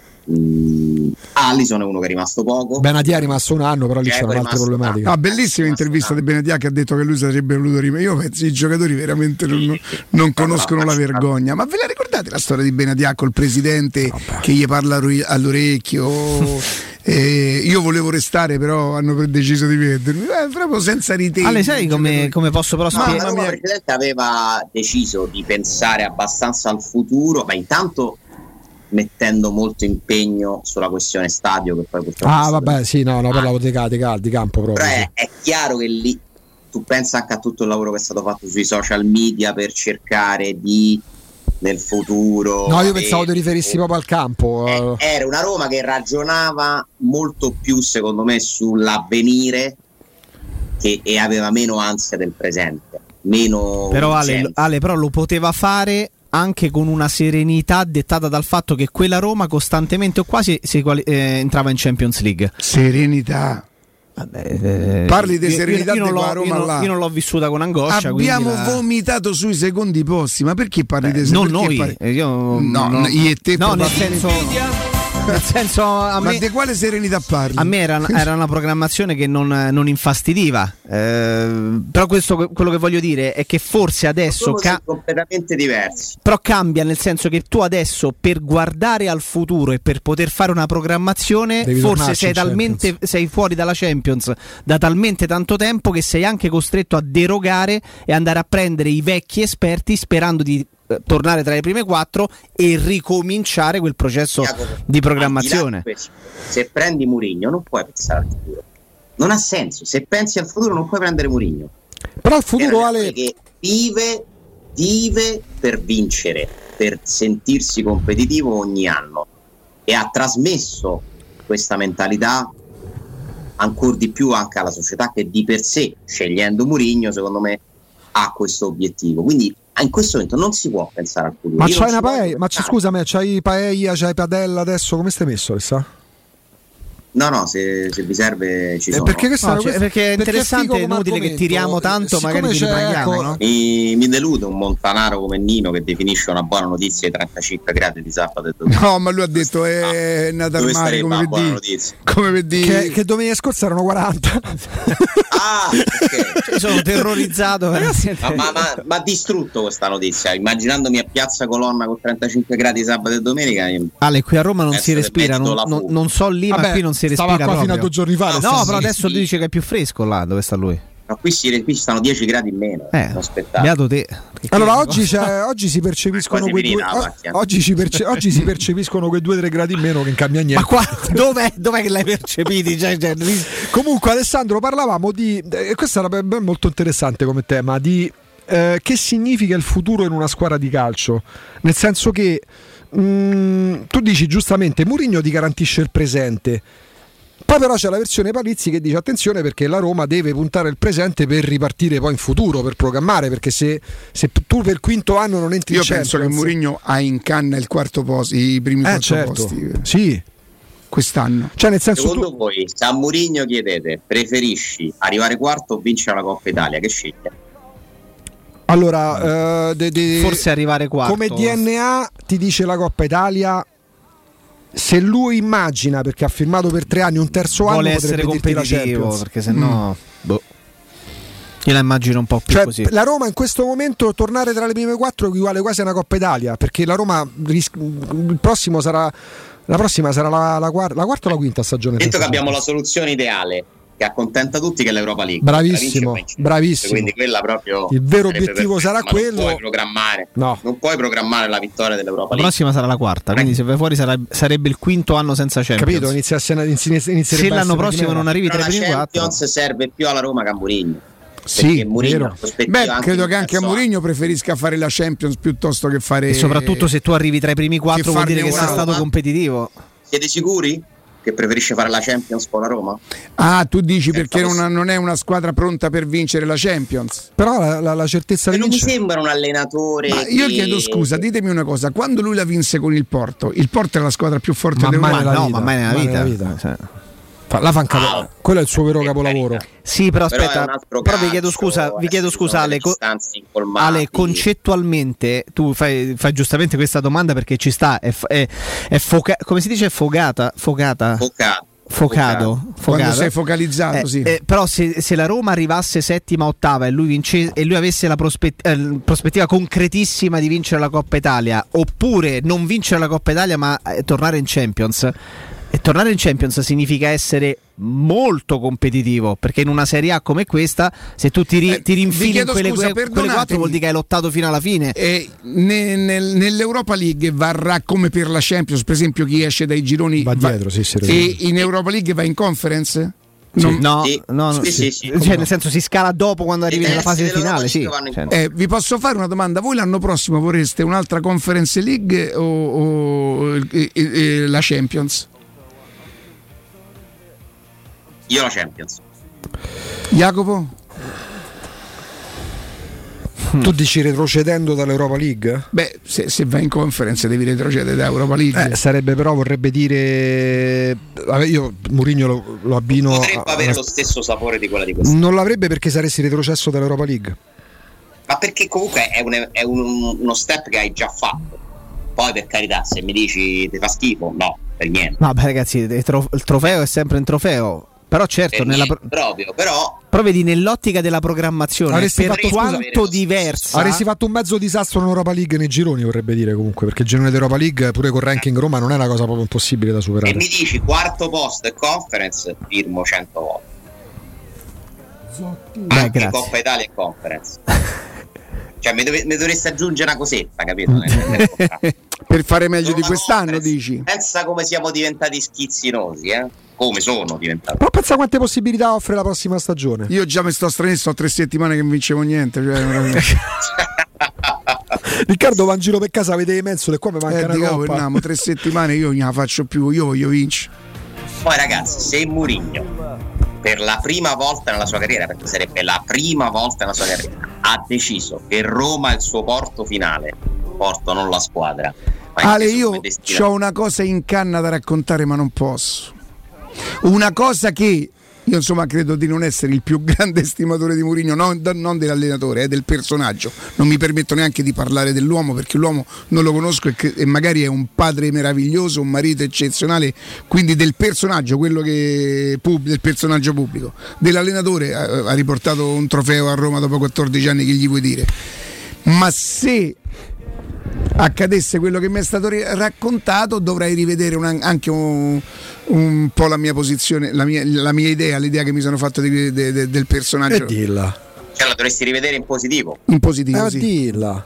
[SPEAKER 2] mh, Alisson è uno che è rimasto poco.
[SPEAKER 3] Benatia è rimasto un anno, però lì
[SPEAKER 2] Dzeko
[SPEAKER 3] c'erano
[SPEAKER 2] è
[SPEAKER 3] altre
[SPEAKER 2] rimasto
[SPEAKER 3] problematiche.
[SPEAKER 1] Ah, bellissima intervista di Benatia che ha detto che lui sarebbe voluto rimanere. Io penso i giocatori veramente non, non conoscono la vergogna. Ma ve la ricordate la storia di Benatia col presidente che gli parla ru- all'orecchio? Eh, io volevo restare, però hanno pre- deciso di vendermi. Eh, proprio senza ritegno.
[SPEAKER 4] Ale, sai come, come posso però
[SPEAKER 2] Ma la
[SPEAKER 4] spiegare?
[SPEAKER 2] Roma precedente aveva deciso di pensare abbastanza al futuro, ma intanto mettendo molto impegno sulla questione stadio, che poi purtroppo
[SPEAKER 3] Ah,
[SPEAKER 2] è stato-
[SPEAKER 3] vabbè, sì, no, no, parlavo di, ca- di, ca- di campo proprio.
[SPEAKER 2] Però
[SPEAKER 3] sì.
[SPEAKER 2] è, è chiaro che lì tu pensa anche a tutto il lavoro che è stato fatto sui social media per cercare di nel futuro.
[SPEAKER 3] No, io
[SPEAKER 2] avere-
[SPEAKER 3] pensavo ti riferissi proprio al campo.
[SPEAKER 2] Eh,
[SPEAKER 3] eh.
[SPEAKER 2] Era una Roma che ragionava molto più, secondo me, sull'avvenire che, e aveva meno ansia del presente. Meno
[SPEAKER 4] Però Ale,
[SPEAKER 2] urgenza.
[SPEAKER 4] Ale però lo poteva fare anche con una serenità dettata dal fatto che quella Roma costantemente o quasi si quali- eh, entrava in Champions League.
[SPEAKER 1] Serenità.
[SPEAKER 4] Vabbè, eh,
[SPEAKER 1] Parli di
[SPEAKER 4] io-
[SPEAKER 1] serenità
[SPEAKER 4] io, io,
[SPEAKER 1] di
[SPEAKER 4] non
[SPEAKER 1] qua a
[SPEAKER 4] l'ho,
[SPEAKER 1] Roma
[SPEAKER 4] io, non,
[SPEAKER 1] là.
[SPEAKER 4] io non l'ho vissuta con angoscia.
[SPEAKER 1] Abbiamo
[SPEAKER 4] quindi la-
[SPEAKER 1] vomitato sui secondi posti, ma perché parli
[SPEAKER 4] Beh,
[SPEAKER 1] di
[SPEAKER 4] non
[SPEAKER 1] perché
[SPEAKER 4] noi,
[SPEAKER 1] parli-
[SPEAKER 4] eh, io,
[SPEAKER 1] No,
[SPEAKER 4] no,
[SPEAKER 1] no, io e te
[SPEAKER 4] no, nel
[SPEAKER 1] probabilmente-
[SPEAKER 4] senso, nel senso a
[SPEAKER 1] Ma
[SPEAKER 4] me,
[SPEAKER 1] di quale serenità parli?
[SPEAKER 4] a me era, era una programmazione che non, non infastidiva. Eh, però questo, quello che voglio dire è che forse adesso
[SPEAKER 2] Sono
[SPEAKER 4] ca-
[SPEAKER 2] completamente diversi.
[SPEAKER 4] però cambia, nel senso che tu adesso per guardare al futuro e per poter fare una programmazione
[SPEAKER 3] Devi
[SPEAKER 4] forse
[SPEAKER 3] tornarci
[SPEAKER 4] sei
[SPEAKER 3] in
[SPEAKER 4] talmente
[SPEAKER 3] Champions.
[SPEAKER 4] sei fuori dalla Champions da talmente tanto tempo che sei anche costretto a derogare e andare a prendere i vecchi esperti sperando di eh, tornare tra le prime quattro e ricominciare quel processo
[SPEAKER 2] Jacopo,
[SPEAKER 4] di
[SPEAKER 2] al
[SPEAKER 4] programmazione.
[SPEAKER 2] di là di questo, se prendi Mourinho non puoi pensare al futuro. Non ha senso. Se pensi al futuro non puoi prendere Mourinho.
[SPEAKER 3] Però il
[SPEAKER 2] È
[SPEAKER 3] futuro,
[SPEAKER 2] un
[SPEAKER 3] Ale,
[SPEAKER 2] allenatore che vive, vive per vincere, per sentirsi competitivo ogni anno, e ha trasmesso questa mentalità ancora di più anche alla società, che di per sé, scegliendo Mourinho, secondo me ha questo obiettivo. Quindi in questo momento non si può pensare al futuro.
[SPEAKER 3] ma
[SPEAKER 2] Io
[SPEAKER 3] c'hai
[SPEAKER 2] non
[SPEAKER 3] una
[SPEAKER 2] ci voglio
[SPEAKER 3] paella? Ma c'è,
[SPEAKER 2] pensare.
[SPEAKER 3] scusami, c'hai paella, c'hai padella adesso? Come stai messo, Alessà?
[SPEAKER 2] No, no, se, se vi serve ci
[SPEAKER 3] Eh,
[SPEAKER 2] sono.
[SPEAKER 3] perché questo
[SPEAKER 4] No,
[SPEAKER 3] è-
[SPEAKER 4] cioè,
[SPEAKER 3] questo-
[SPEAKER 4] perché è interessante,
[SPEAKER 3] figo
[SPEAKER 4] è
[SPEAKER 3] come
[SPEAKER 4] inutile che
[SPEAKER 3] argomento.
[SPEAKER 4] tiriamo tanto,
[SPEAKER 3] Siccome
[SPEAKER 4] magari ci
[SPEAKER 3] c'è,
[SPEAKER 4] riprendiamo,
[SPEAKER 3] ecco,
[SPEAKER 4] no?
[SPEAKER 2] Mi, mi delude un montanaro come Nino che definisce una buona notizia i trentacinque gradi di sabato e domenica.
[SPEAKER 1] No, ma lui ha detto è nata al
[SPEAKER 2] Dove
[SPEAKER 1] mare,
[SPEAKER 2] starebbe
[SPEAKER 1] come
[SPEAKER 2] la
[SPEAKER 1] per
[SPEAKER 2] buona
[SPEAKER 1] dire.
[SPEAKER 2] notizia?
[SPEAKER 1] Come per dire.
[SPEAKER 3] che, che domenica scorsa erano quaranta.
[SPEAKER 2] Ah, ok.
[SPEAKER 4] Io sono terrorizzato veramente.
[SPEAKER 2] ma, ma, ma, ma distrutto questa notizia, immaginandomi a Piazza Colonna con trentacinque gradi sabato e domenica. io-
[SPEAKER 4] Ale, qui a Roma non
[SPEAKER 2] Penso
[SPEAKER 4] si
[SPEAKER 2] che
[SPEAKER 4] respira,
[SPEAKER 2] merito
[SPEAKER 4] non,
[SPEAKER 2] la
[SPEAKER 4] non-
[SPEAKER 2] fuga.
[SPEAKER 4] non so lì, ma
[SPEAKER 3] Vabbè,
[SPEAKER 4] qui non si
[SPEAKER 3] stava
[SPEAKER 4] respira
[SPEAKER 3] qua fino a
[SPEAKER 4] proprio.
[SPEAKER 3] due giorni fa.
[SPEAKER 4] No,
[SPEAKER 3] adesso
[SPEAKER 4] però
[SPEAKER 3] sì.
[SPEAKER 4] adesso
[SPEAKER 2] sì.
[SPEAKER 4] dice che è più fresco là dove sta lui.
[SPEAKER 2] Ma qui, si, qui ci stanno dieci gradi in meno.
[SPEAKER 4] Eh,
[SPEAKER 2] uno spettacolo.
[SPEAKER 4] beato te. Che
[SPEAKER 3] Allora,
[SPEAKER 4] che-
[SPEAKER 3] oggi, c'è- oggi si percepiscono
[SPEAKER 2] Quasi
[SPEAKER 3] quei due,
[SPEAKER 2] finita la
[SPEAKER 3] o-
[SPEAKER 2] macchina.
[SPEAKER 3] oggi, si perce- oggi si percepiscono quei due o tre gradi in meno che non cambia niente.
[SPEAKER 4] Ma qua dov'è, dov'è che l'hai percepiti? Cioè, cioè, ris-
[SPEAKER 3] Comunque, Alessandro, parlavamo di. E questo era per me molto interessante come tema. Di eh, che significa il futuro in una squadra di calcio. Nel senso che mh, tu dici giustamente, Mourinho ti garantisce il presente. Poi però c'è la versione Palizzi che dice attenzione perché la Roma deve puntare il presente per ripartire poi in futuro, per programmare, perché se, se tu per il quinto anno non entri
[SPEAKER 1] Io
[SPEAKER 3] in
[SPEAKER 1] penso che
[SPEAKER 3] Champions-
[SPEAKER 1] Mourinho ha in canna il quarto posto, i primi
[SPEAKER 3] eh,
[SPEAKER 1] quattro
[SPEAKER 3] certo.
[SPEAKER 1] posti
[SPEAKER 3] Sì,
[SPEAKER 1] quest'anno.
[SPEAKER 3] cioè nel senso
[SPEAKER 2] Secondo
[SPEAKER 3] tu,
[SPEAKER 2] voi, se a Mourinho chiedete preferisci arrivare quarto o vincere la Coppa Italia, che sceglie?
[SPEAKER 3] allora eh, de- de-
[SPEAKER 4] forse arrivare quarto.
[SPEAKER 3] come D N A ti dice la Coppa Italia. Se lui immagina, perché ha firmato per tre anni un terzo
[SPEAKER 4] vuole
[SPEAKER 3] anno,
[SPEAKER 4] essere
[SPEAKER 3] potrebbe dirti la
[SPEAKER 4] competitivo,
[SPEAKER 3] Champions.
[SPEAKER 4] perché sennò boh. Io la immagino un po' più
[SPEAKER 3] Cioè,
[SPEAKER 4] così.
[SPEAKER 3] la Roma in questo momento tornare tra le prime quattro equivale quasi a una Coppa Italia, perché la Roma ris- il prossimo sarà la prossima sarà la, la, quarta, la quarta o la quinta stagione.
[SPEAKER 2] Detto che
[SPEAKER 3] senza
[SPEAKER 2] abbiamo la
[SPEAKER 3] Champions.
[SPEAKER 2] soluzione ideale, che che accontenta tutti, che è l'Europa League.
[SPEAKER 3] Bravissimo, bravissimo.
[SPEAKER 2] Quindi quella proprio
[SPEAKER 3] il vero
[SPEAKER 2] sarebbe
[SPEAKER 3] obiettivo
[SPEAKER 2] perfetta,
[SPEAKER 3] sarà
[SPEAKER 2] ma
[SPEAKER 3] quello.
[SPEAKER 2] Non puoi programmare,
[SPEAKER 3] no.
[SPEAKER 2] non puoi programmare la vittoria dell'Europa
[SPEAKER 4] La
[SPEAKER 2] League.
[SPEAKER 4] prossima sarà la quarta, quindi se vai fuori sarà, sarebbe il quinto anno senza Champions.
[SPEAKER 3] Capito? Inizia a essere, inizia
[SPEAKER 4] se l'anno prossimo non arrivi tra i primi quattro,
[SPEAKER 2] la Champions serve più alla Roma che a Mourinho.
[SPEAKER 1] Sì,
[SPEAKER 2] Mourinho,
[SPEAKER 1] beh, credo che anche a Mourinho preferisca fare la Champions piuttosto che fare.
[SPEAKER 4] E soprattutto se tu arrivi tra i primi quattro vuol dire che sei stato
[SPEAKER 2] Roma.
[SPEAKER 4] competitivo.
[SPEAKER 2] Siete sicuri che preferisce fare la Champions con la Roma?
[SPEAKER 1] Ah, tu dici
[SPEAKER 2] Senza
[SPEAKER 1] perché non,
[SPEAKER 2] poss-
[SPEAKER 1] non è una squadra pronta per vincere la Champions?
[SPEAKER 3] Però la, la, la certezza
[SPEAKER 2] E
[SPEAKER 3] di
[SPEAKER 2] non mi
[SPEAKER 3] vincere.
[SPEAKER 2] sembra un allenatore.
[SPEAKER 1] Ma io
[SPEAKER 2] che-
[SPEAKER 1] chiedo scusa, ditemi una cosa, quando lui la vinse con il Porto, il Porto è la squadra più forte
[SPEAKER 3] Ma
[SPEAKER 1] d'Europa.
[SPEAKER 3] mai nella
[SPEAKER 4] no,
[SPEAKER 3] vita,
[SPEAKER 4] ma mai nella
[SPEAKER 3] mai
[SPEAKER 4] vita.
[SPEAKER 3] vita.
[SPEAKER 4] Cioè.
[SPEAKER 3] Fa- La fa un capo-
[SPEAKER 2] Ah,
[SPEAKER 3] quello è il suo vero
[SPEAKER 2] per
[SPEAKER 3] capolavoro.
[SPEAKER 2] carità.
[SPEAKER 4] Sì, però
[SPEAKER 2] Però è
[SPEAKER 4] aspetta,
[SPEAKER 2] un altro
[SPEAKER 4] però vi chiedo
[SPEAKER 2] calcio,
[SPEAKER 4] scusa, vi
[SPEAKER 2] adesso
[SPEAKER 4] chiedo
[SPEAKER 2] ci sono
[SPEAKER 4] scusa
[SPEAKER 2] delle
[SPEAKER 4] Ale, co-
[SPEAKER 2] distanze incolmate.
[SPEAKER 4] Ale, concettualmente tu fai, fai giustamente questa domanda perché ci sta, è, f- è, è foca- come si dice fogata? Fogata?
[SPEAKER 2] Focato.
[SPEAKER 4] Focato,
[SPEAKER 1] Quando
[SPEAKER 4] focato.
[SPEAKER 1] sei focalizzato,
[SPEAKER 4] Eh,
[SPEAKER 1] sì.
[SPEAKER 4] eh, però se, se la Roma arrivasse settima ottava e lui, vince, e lui avesse la prospett- eh, prospettiva concretissima di vincere la Coppa Italia, oppure non vincere la Coppa Italia ma eh, tornare in Champions, e tornare in Champions significa essere molto competitivo, perché in una Serie A come questa, se tu ti, ri-
[SPEAKER 1] Eh,
[SPEAKER 4] ti
[SPEAKER 1] vi
[SPEAKER 4] rinfili in
[SPEAKER 1] chiedo
[SPEAKER 4] quelle,
[SPEAKER 1] scusa,
[SPEAKER 4] que- quelle quattro,
[SPEAKER 1] perdonatemi.
[SPEAKER 4] vuol dire che hai lottato fino alla fine.
[SPEAKER 1] E ne- nel- nell'Europa League varrà come per la Champions, per esempio chi esce dai gironi
[SPEAKER 3] Va dietro, sì, sì,
[SPEAKER 1] e in Europa League va in conference? Non-
[SPEAKER 4] No,
[SPEAKER 2] Sì.
[SPEAKER 4] no, no,
[SPEAKER 2] Sì,
[SPEAKER 4] sì.
[SPEAKER 2] sì, sì,
[SPEAKER 4] Cioè,
[SPEAKER 2] come
[SPEAKER 4] nel
[SPEAKER 2] no.
[SPEAKER 4] senso si scala dopo quando arrivi
[SPEAKER 2] I
[SPEAKER 4] nella
[SPEAKER 2] terzi
[SPEAKER 4] fase
[SPEAKER 2] dell'Europa
[SPEAKER 4] finale, sì.
[SPEAKER 2] League vanno in
[SPEAKER 4] Cioè,
[SPEAKER 1] Eh, vi posso fare una domanda? Voi l'anno prossimo vorreste un'altra Conference League o, o- e- e- e la Champions?
[SPEAKER 2] Io la Champions.
[SPEAKER 1] Jacopo?
[SPEAKER 3] Tu dici retrocedendo dall'Europa League?
[SPEAKER 1] Beh, se, se vai in Conference devi retrocedere da Europa League.
[SPEAKER 3] Eh, sarebbe però, vorrebbe dire. Vabbè, io Mourinho lo, lo abbino.
[SPEAKER 2] Potrebbe
[SPEAKER 3] a-
[SPEAKER 2] avere lo stesso sapore di quella di questa.
[SPEAKER 3] Non l'avrebbe perché saresti retrocesso dall'Europa League.
[SPEAKER 2] Ma perché comunque è, un- è un- uno step che hai già fatto. Poi per carità, se mi dici ti fa schifo, no, per niente.
[SPEAKER 4] vabbè ragazzi, il, tro- il trofeo è sempre un trofeo. Però certo,
[SPEAKER 2] Per
[SPEAKER 4] nella
[SPEAKER 2] niente
[SPEAKER 4] pro-
[SPEAKER 2] proprio, però
[SPEAKER 4] però vedi nell'ottica della programmazione
[SPEAKER 3] Avresti
[SPEAKER 4] per
[SPEAKER 3] fatto-
[SPEAKER 4] quanto
[SPEAKER 2] scusa,
[SPEAKER 4] diversa.
[SPEAKER 3] Avresti fatto un mezzo disastro in Europa League nei gironi, vorrebbe dire comunque, perché il girone d'Europa League pure con ranking Roma non è una cosa proprio impossibile da
[SPEAKER 2] e
[SPEAKER 3] superare.
[SPEAKER 2] mi dici quarto posto e conference, firmo cento volte.
[SPEAKER 4] Beh,
[SPEAKER 2] Anche
[SPEAKER 4] grazie.
[SPEAKER 2] Coppa Italia e conference. Cioè mi, dove- mi dovreste aggiungere una cosetta, capito? Nel- nel contratto.
[SPEAKER 1] Per fare meglio
[SPEAKER 2] Sono
[SPEAKER 1] di
[SPEAKER 2] una
[SPEAKER 1] quest'anno,
[SPEAKER 2] conference.
[SPEAKER 1] dici?
[SPEAKER 2] Pensa come siamo diventati schizzinosi, eh? Come sono diventati.
[SPEAKER 3] Però pensa quante possibilità offre la prossima stagione.
[SPEAKER 1] Io già mi sto stranendo, sto tre settimane che non vincevo niente. Cioè, una-
[SPEAKER 3] Riccardo va in giro per casa, vede le mensole e qua mi manca
[SPEAKER 1] eh,
[SPEAKER 3] una
[SPEAKER 1] dico,
[SPEAKER 3] coppa.
[SPEAKER 1] Fernando, tre settimane io non la faccio più, io voglio vincere.
[SPEAKER 2] Poi ragazzi, se Mourinho per la prima volta nella sua carriera, perché sarebbe la prima volta nella sua carriera, ha deciso che Roma è il suo porto finale, porto non la squadra. ma
[SPEAKER 1] Ale,
[SPEAKER 2] inteso
[SPEAKER 1] io
[SPEAKER 2] come destinazione.
[SPEAKER 1] ho una cosa in canna da raccontare, ma non posso. Una cosa che io insomma credo di non essere il più grande estimatore di Mourinho, non, non dell'allenatore, eh, del personaggio. Non mi permetto neanche di parlare dell'uomo perché l'uomo non lo conosco e, che, e magari è un padre meraviglioso, un marito eccezionale, quindi del personaggio, quello che pub, del personaggio pubblico. Dell'allenatore ha, ha riportato un trofeo a Roma dopo quattordici anni, che gli vuoi dire? Ma se accadesse quello che mi è stato ri- raccontato, dovrei rivedere una, anche un, un po' la mia posizione, la mia, la mia idea, l'idea che mi sono fatto di, de, de, del personaggio.
[SPEAKER 3] E dilla.
[SPEAKER 2] Cioè la dovresti rivedere in positivo.
[SPEAKER 1] In positivo,
[SPEAKER 3] Eh,
[SPEAKER 1] sì.
[SPEAKER 3] dilla.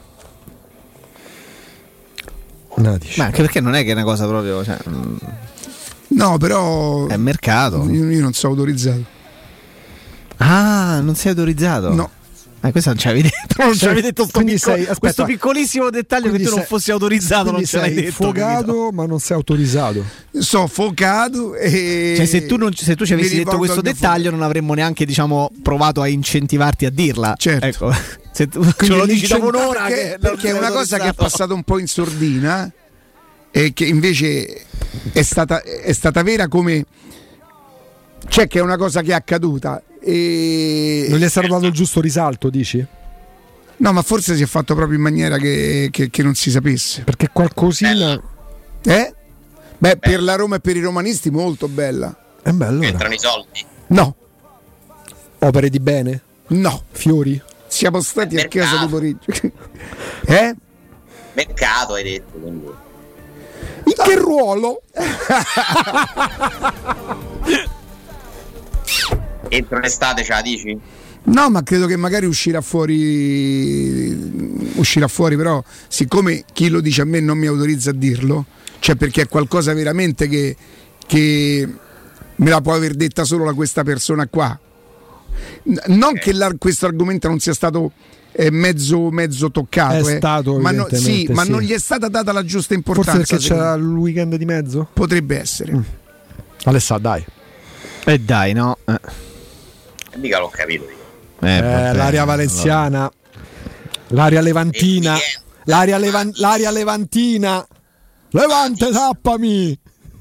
[SPEAKER 3] No, dici.
[SPEAKER 4] Ma anche perché non è che è una cosa proprio, cioè, mm,
[SPEAKER 1] No, però
[SPEAKER 4] è mercato.
[SPEAKER 1] io, io non sono autorizzato.
[SPEAKER 4] Ah, non sei autorizzato?
[SPEAKER 1] No.
[SPEAKER 4] Eh, questo non ci avevi detto, non ci
[SPEAKER 3] Cioè,
[SPEAKER 4] avevi detto sto
[SPEAKER 3] quindi
[SPEAKER 4] piccolo-
[SPEAKER 3] sei- aspetta.
[SPEAKER 4] questo piccolissimo dettaglio che
[SPEAKER 3] Quindi
[SPEAKER 4] tu non
[SPEAKER 3] sei-
[SPEAKER 4] fossi autorizzato, non
[SPEAKER 3] Quindi
[SPEAKER 4] ce l'hai
[SPEAKER 3] sei
[SPEAKER 4] detto.
[SPEAKER 3] fogato,
[SPEAKER 4] capito?
[SPEAKER 3] ma non sei autorizzato.
[SPEAKER 1] So focato e
[SPEAKER 4] Cioè, se tu, non, se tu ci
[SPEAKER 1] mi
[SPEAKER 4] avessi detto
[SPEAKER 1] rivolgo
[SPEAKER 4] questo
[SPEAKER 1] al mio
[SPEAKER 4] dettaglio, non avremmo neanche, diciamo, provato a incentivarti a dirla.
[SPEAKER 1] Certo.
[SPEAKER 4] Ecco. Se tu ce lo dici dopo un'ora,
[SPEAKER 1] perché,
[SPEAKER 4] che non
[SPEAKER 1] perché è
[SPEAKER 4] sei
[SPEAKER 1] una cosa che è
[SPEAKER 4] autorizzato.
[SPEAKER 1] passata un po' in sordina e che invece è stata, è stata vera, come c'è, che è una cosa che è accaduta e
[SPEAKER 3] Non gli è stato dato il giusto risalto, dici?
[SPEAKER 1] no, ma forse si è fatto proprio in maniera che, che, che non si sapesse,
[SPEAKER 3] Perché qualcosina.
[SPEAKER 1] eh? Beh, per la Roma e per i romanisti molto bella.
[SPEAKER 3] È bello.
[SPEAKER 2] Entrano i soldi.
[SPEAKER 1] No,
[SPEAKER 3] Opere di bene?
[SPEAKER 1] no,
[SPEAKER 3] Fiori?
[SPEAKER 1] siamo stati a
[SPEAKER 2] Mercato.
[SPEAKER 1] casa di Porigio. Eh?
[SPEAKER 2] Mercato hai detto, quindi.
[SPEAKER 3] In che ruolo?
[SPEAKER 2] E per l'estate ce la dici?
[SPEAKER 1] No, ma credo che magari uscirà fuori, uscirà fuori, però siccome chi lo dice a me non mi autorizza a dirlo, cioè perché è qualcosa veramente che, che me la può aver detta solo la questa persona qua. Non okay. che la, questo argomento non sia stato eh, mezzo, mezzo toccato,
[SPEAKER 3] è
[SPEAKER 1] eh.
[SPEAKER 3] stato
[SPEAKER 1] ma, no, sì,
[SPEAKER 3] sì.
[SPEAKER 1] ma non gli è stata data la giusta importanza.
[SPEAKER 3] Forse perché c'era il weekend di mezzo?
[SPEAKER 1] Potrebbe essere.
[SPEAKER 3] Mm. Alessà, dai.
[SPEAKER 4] E eh dai, no? Eh.
[SPEAKER 2] Mica l'ho capito io.
[SPEAKER 3] Eh, eh, l'aria valenziana, allora. L'aria levantina, l'aria, levan- l'aria levantina. Levante, tappami.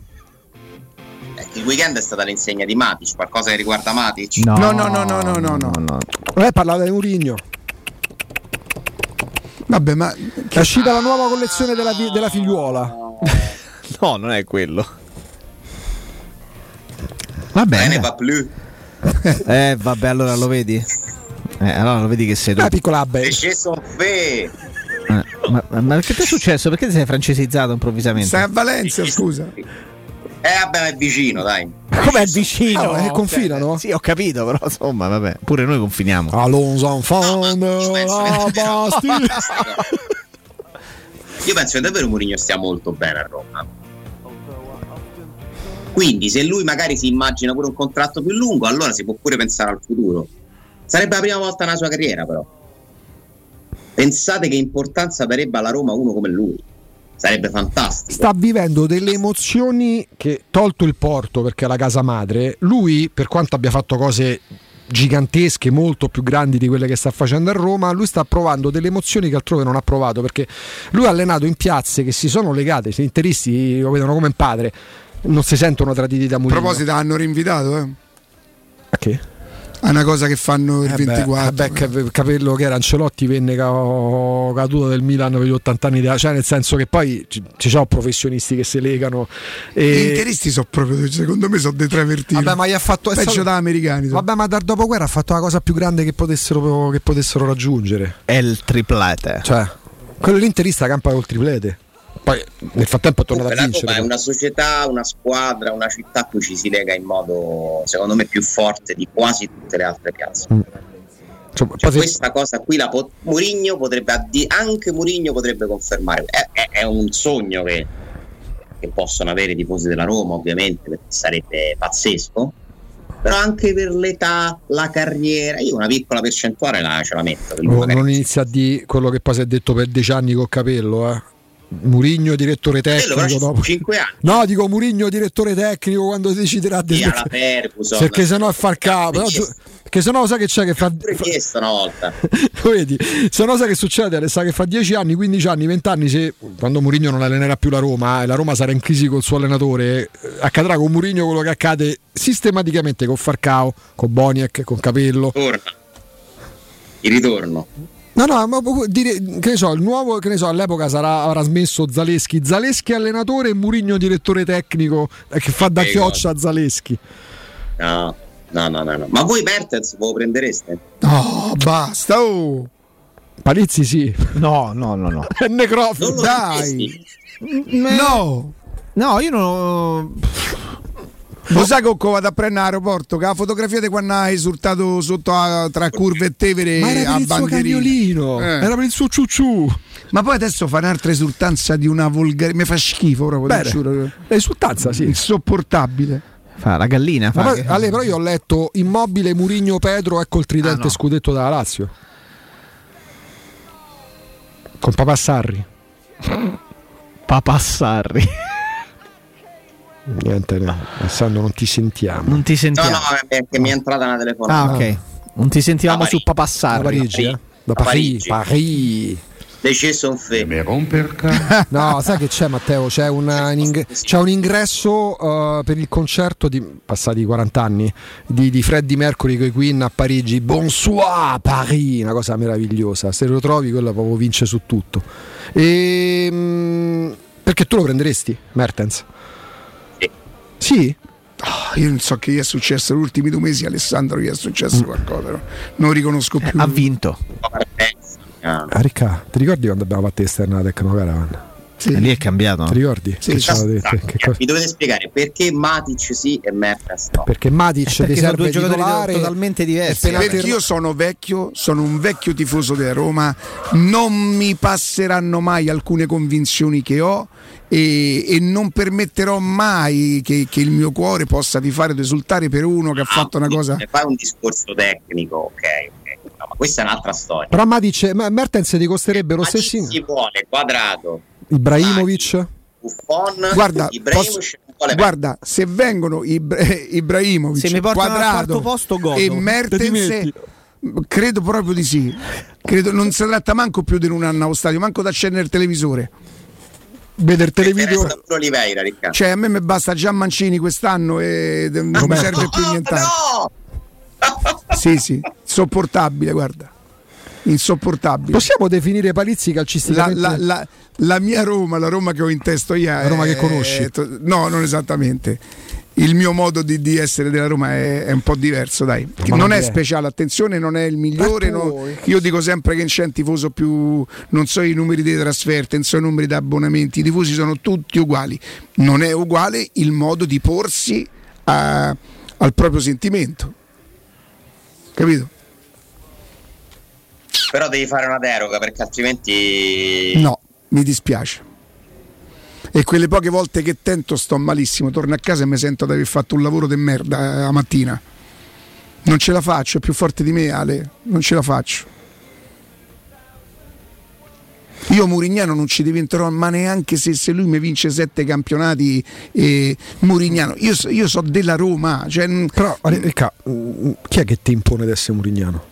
[SPEAKER 2] Il weekend è stata l'insegna di Matic, qualcosa che riguarda Matic?
[SPEAKER 1] No, no, no, no, no, no, no. no.
[SPEAKER 3] no. Eh, parlava di Mourinho.
[SPEAKER 1] Vabbè, ma
[SPEAKER 3] è uscita la nuova collezione della, della figliuola.
[SPEAKER 4] No, non è quello. Va bene.
[SPEAKER 2] Va più.
[SPEAKER 4] Eh, vabbè, allora lo vedi? Eh, allora lo vedi che sei tu.
[SPEAKER 3] La piccola Abbe.
[SPEAKER 2] Eh,
[SPEAKER 4] ma, ma, ma che ti è successo? Perché ti sei francesizzato improvvisamente?
[SPEAKER 1] Stai a Valencia, scusa.
[SPEAKER 2] Eh vabbè, è vicino, dai.
[SPEAKER 4] Come è vicino?
[SPEAKER 3] Ah, eh, confinano?
[SPEAKER 4] Cioè, sì, ho capito, però insomma, vabbè, pure noi confiniamo.
[SPEAKER 3] Allons enfants de la Bastille.
[SPEAKER 2] Io penso che davvero Mourinho stia molto bene a Roma. Quindi se lui magari si immagina pure un contratto più lungo, allora si può pure pensare al futuro. Sarebbe la prima volta nella sua carriera, però. Pensate che importanza darebbe alla Roma uno come lui. Sarebbe fantastico.
[SPEAKER 3] Sta vivendo delle emozioni che, tolto il Porto perché è la casa madre, lui, per quanto abbia fatto cose gigantesche, molto più grandi di quelle che sta facendo a Roma, lui sta provando delle emozioni che altrove non ha provato, perché lui ha allenato in piazze che si sono legate, gli interisti lo vedono come un padre, non si sentono traditi da Mourinho.
[SPEAKER 1] A proposito, hanno rinvitato, eh?
[SPEAKER 3] A che?
[SPEAKER 1] È una cosa che fanno il
[SPEAKER 3] eh
[SPEAKER 1] ventiquattro.
[SPEAKER 3] Beh, beh, capello che era Ancelotti venne ca- caduto del Milan per gli ottanta anni, cioè nel senso che poi ci, ci sono professionisti che si legano e...
[SPEAKER 1] Gli interisti sono proprio, secondo me, sono dei travertini.
[SPEAKER 3] Vabbè, ma gli ha fatto
[SPEAKER 1] peggio
[SPEAKER 3] stato...
[SPEAKER 1] da americani.
[SPEAKER 3] Vabbè, ma dal dopoguerra ha fatto la cosa più grande che potessero, che potessero raggiungere.
[SPEAKER 4] È il triplete.
[SPEAKER 3] Cioè, quello l'interista campa col triplete. Poi nel frattempo è tornato a vincere.
[SPEAKER 2] È una società, una squadra, una città a cui ci si lega in modo, secondo me, più forte di quasi tutte le altre piazze.
[SPEAKER 3] Mm. Cioè,
[SPEAKER 2] cioè,
[SPEAKER 3] se...
[SPEAKER 2] questa cosa qui la pot- Mourinho potrebbe addi- anche Mourinho potrebbe confermare. È, è, è un sogno che, che possono avere i tifosi della Roma, ovviamente, perché sarebbe pazzesco. Però anche per l'età, la carriera, io una piccola percentuale la, ce la metto.
[SPEAKER 3] No, non inizia a dire quello che poi si è detto per dieci anni col Capello, eh. Mourinho direttore tecnico dopo
[SPEAKER 2] cinque anni.
[SPEAKER 3] No, dico Mourinho direttore tecnico quando deciderà di
[SPEAKER 2] alla Ferguson,
[SPEAKER 3] perché sennò è far capo, no, che sennò sa che c'è che fa
[SPEAKER 2] chiesto una volta.
[SPEAKER 3] Vedi, sennò sa che succede, sa che fra dieci anni, quindici anni, venti anni, se quando Mourinho non allenerà più la Roma e la Roma sarà in crisi col suo allenatore, accadrà con Mourinho quello che accade sistematicamente con Falcao, con Boniek, con Capello.
[SPEAKER 2] Torna. Il ritorno.
[SPEAKER 3] No, no, ma dire, che ne so, il nuovo, che ne so, all'epoca sarà, avrà smesso Zaleschi, Zaleschi allenatore e Mourinho direttore tecnico che fa da chioccia a Zaleschi.
[SPEAKER 2] No, no, no, no, no. Ma voi Mertens voi lo prendereste?
[SPEAKER 1] No, basta, oh.
[SPEAKER 3] Palizzi sì.
[SPEAKER 4] No, no, no, no.
[SPEAKER 3] È necrofilo,
[SPEAKER 1] dai.
[SPEAKER 3] No.
[SPEAKER 4] No, io non...
[SPEAKER 1] Lo sai che vado a prendere all'aeroporto che la fotografia di quando ha esultato sotto a, tra curve e Tevere
[SPEAKER 3] ma era
[SPEAKER 1] a
[SPEAKER 3] per il suo cagnolino, eh. era per il suo ciucciù.
[SPEAKER 1] Ma poi adesso fa un'altra esultanza di una volgare, mi fa schifo proprio. Giuro.
[SPEAKER 3] Esultanza, sì,
[SPEAKER 1] insopportabile.
[SPEAKER 4] Fa la gallina. Fa
[SPEAKER 3] ma
[SPEAKER 4] che...
[SPEAKER 3] poi, Ale, però io ho letto Immobile, Mourinho, Pedro, ecco il tridente ah, no. scudetto dalla Lazio. Con Papà Sarri.
[SPEAKER 4] Papà Sarri.
[SPEAKER 3] Niente, Alessandro, non ti sentiamo.
[SPEAKER 4] Non ti sentiamo.
[SPEAKER 2] No, no, perché mi è entrata una telefonata.
[SPEAKER 4] Ah, ok. Non ti sentivamo su Papà Sarri.
[SPEAKER 3] Da Parigi, eh? Da Parigi. Parigi. No, sai che c'è, Matteo? C'è, una, un, ing- c'è un ingresso uh, per il concerto di passati quaranta anni di, di Freddie Mercury con i Queen a Parigi. Bonsoir Paris, una cosa meravigliosa. Se lo trovi, quello proprio vince su tutto. E, mh, perché tu lo prenderesti, Mertens? Sì? Oh, io non so che gli è successo negli ultimi due mesi. Alessandro gli è successo qualcosa, no? Non riconosco più.
[SPEAKER 4] Ha vinto.
[SPEAKER 3] Ah, Ricca, ti ricordi quando abbiamo fatto esterna la Tecnocaravan?
[SPEAKER 1] Sì.
[SPEAKER 4] E lì è cambiato.
[SPEAKER 3] Ti ricordi?
[SPEAKER 1] Sì,
[SPEAKER 3] che
[SPEAKER 1] sì.
[SPEAKER 3] c'era detto? Che cosa-
[SPEAKER 2] Mi dovete spiegare perché Matic sì e Mertens no.
[SPEAKER 3] Perché Matic
[SPEAKER 4] Perché
[SPEAKER 3] ti
[SPEAKER 4] sono
[SPEAKER 3] serve
[SPEAKER 4] due giocatori
[SPEAKER 3] titolare,
[SPEAKER 4] totalmente diversi.
[SPEAKER 3] appena
[SPEAKER 1] Perché
[SPEAKER 3] ter-
[SPEAKER 1] io sono vecchio, sono un vecchio tifoso della Roma, non mi passeranno mai alcune convinzioni che ho e, e non permetterò mai che, che il mio cuore possa tifare ed esultare per uno che ha fatto una cosa.
[SPEAKER 2] Se fai un discorso tecnico, ok, ok. No, ma questa è un'altra storia.
[SPEAKER 3] Però Matic, ma Mertens ti costerebbe lo
[SPEAKER 2] Ma chi
[SPEAKER 3] stesso.
[SPEAKER 2] si vuole Quadrato,
[SPEAKER 3] Ibrahimovic.
[SPEAKER 2] Buffon,
[SPEAKER 1] Guarda,
[SPEAKER 2] Ibrahimovic
[SPEAKER 1] posso-
[SPEAKER 2] non vuole
[SPEAKER 1] guarda, se vengono Ibra- Ibrahimovic,
[SPEAKER 4] Se mi portano al
[SPEAKER 1] Quadrato
[SPEAKER 4] quarto posto, godo.
[SPEAKER 1] e
[SPEAKER 3] Te ti
[SPEAKER 1] Mertens,
[SPEAKER 3] metti.
[SPEAKER 1] credo proprio di sì. Credo, non si tratta manco più di un anno allo stadio, manco da accendere il televisore.
[SPEAKER 3] Vedere il
[SPEAKER 2] mettere.
[SPEAKER 3] televideo.
[SPEAKER 2] Resta pure Oliveira, Riccardo.
[SPEAKER 1] Cioè, a me mi basta già Mancini quest'anno e non mi
[SPEAKER 3] Roberto.
[SPEAKER 1] serve più nient'altro.
[SPEAKER 2] No!
[SPEAKER 1] Sì, sì, insopportabile, guarda. Insopportabile.
[SPEAKER 3] Possiamo definire Palizzi
[SPEAKER 1] La,
[SPEAKER 3] calcisticamente?
[SPEAKER 1] la- la- la mia Roma, la Roma che ho in testa io,
[SPEAKER 3] La Roma
[SPEAKER 1] è-
[SPEAKER 3] che conosci?
[SPEAKER 1] è to- no, non esattamente. Il mio modo di, di essere della Roma è, è un po' diverso, dai.
[SPEAKER 3] Ma
[SPEAKER 1] Non
[SPEAKER 3] non
[SPEAKER 1] è
[SPEAKER 3] è.
[SPEAKER 1] speciale, attenzione, non è il migliore.
[SPEAKER 3] Ma tu-
[SPEAKER 1] no. Io dico sempre che non c'è un tifoso più. Non so i numeri delle trasferte, non so i numeri di abbonamenti. I tifosi sono tutti uguali. Non è uguale il modo di porsi a- al proprio sentimento. Capito?
[SPEAKER 2] Però devi fare una deroga perché altrimenti
[SPEAKER 1] No, mi dispiace. E quelle poche volte che tento sto malissimo, torno a casa e mi sento di aver fatto un lavoro di merda eh, la mattina. Non ce la faccio, è più forte di me, Ale, non ce la faccio. Io Murignano non ci diventerò, ma neanche se, se lui mi vince sette campionati eh, Murignano. Io, so- io so della Roma, cioè, mh,
[SPEAKER 3] Però, Ricca, mm, chi è che ti impone di essere Murignano?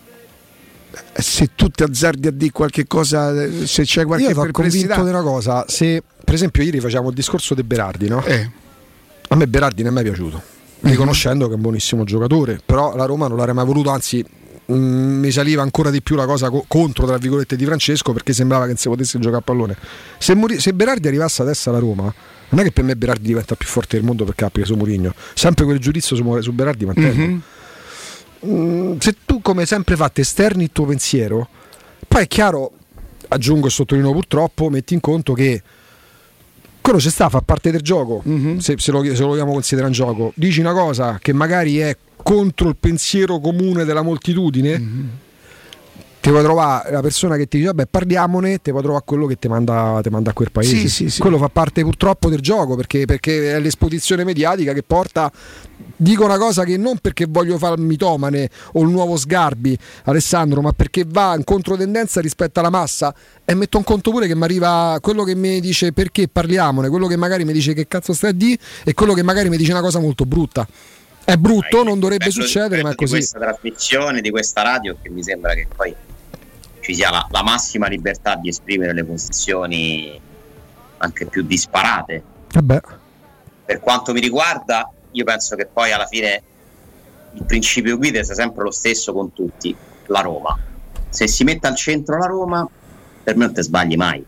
[SPEAKER 1] se tu ti azzardi a dire qualche cosa, eh, se c'è qualche
[SPEAKER 3] Io sono
[SPEAKER 1] perplessità.
[SPEAKER 3] convinto di una cosa. Se, per esempio, ieri facciamo il discorso di Berardi, no?
[SPEAKER 1] Eh,
[SPEAKER 3] A me Berardi non è mai piaciuto, riconoscendo che è un buonissimo giocatore, però la Roma non l'avrei mai voluto, anzi mh, mi saliva ancora di più la cosa co- contro, tra virgolette, di Francesco, perché sembrava che non si potesse giocare a pallone. Se, Muri- se Berardi arrivasse adesso alla Roma, non è che per me Berardi diventa più forte del mondo perché applica su Mourinho, sempre quel giudizio su, su Berardi mantengo.
[SPEAKER 1] mhm.
[SPEAKER 3] Mm, se tu come sempre fate esterni il tuo pensiero, poi è chiaro, aggiungo e sottolineo purtroppo, metti in conto che quello ci sta, fa parte del gioco,
[SPEAKER 1] Mhm.
[SPEAKER 3] se, se, lo, se lo vogliamo considerare un gioco, dici una cosa che magari è contro il pensiero comune della moltitudine,
[SPEAKER 1] Mhm.
[SPEAKER 3] ti puoi trovare la persona che ti dice vabbè parliamone, ti puoi trovare quello che ti manda, ti manda a quel paese.
[SPEAKER 1] Sì, sì, sì.
[SPEAKER 3] Quello fa parte purtroppo del gioco, perché, perché è l'esposizione mediatica che porta, dico una cosa che non perché voglio fare il mitomane o il nuovo Sgarbi, Alessandro, ma perché va in controtendenza rispetto alla massa, e metto in conto pure che mi arriva quello che mi dice perché parliamone, quello che magari mi dice che cazzo stai a di, e quello che magari mi dice una cosa molto brutta. È brutto,
[SPEAKER 2] Dai,
[SPEAKER 3] non dovrebbe
[SPEAKER 2] il bello-
[SPEAKER 3] succedere,
[SPEAKER 2] il
[SPEAKER 3] ma è
[SPEAKER 2] bello di
[SPEAKER 3] così.
[SPEAKER 2] questa trasmissione, di questa radio, che mi sembra che poi ci sia la, la massima libertà di esprimere le posizioni anche più disparate.
[SPEAKER 3] Vabbè.
[SPEAKER 2] Per quanto mi riguarda, io penso che poi alla fine il principio guida sia sempre lo stesso con tutti: la Roma. Se si mette al centro la Roma, per me non te sbagli mai.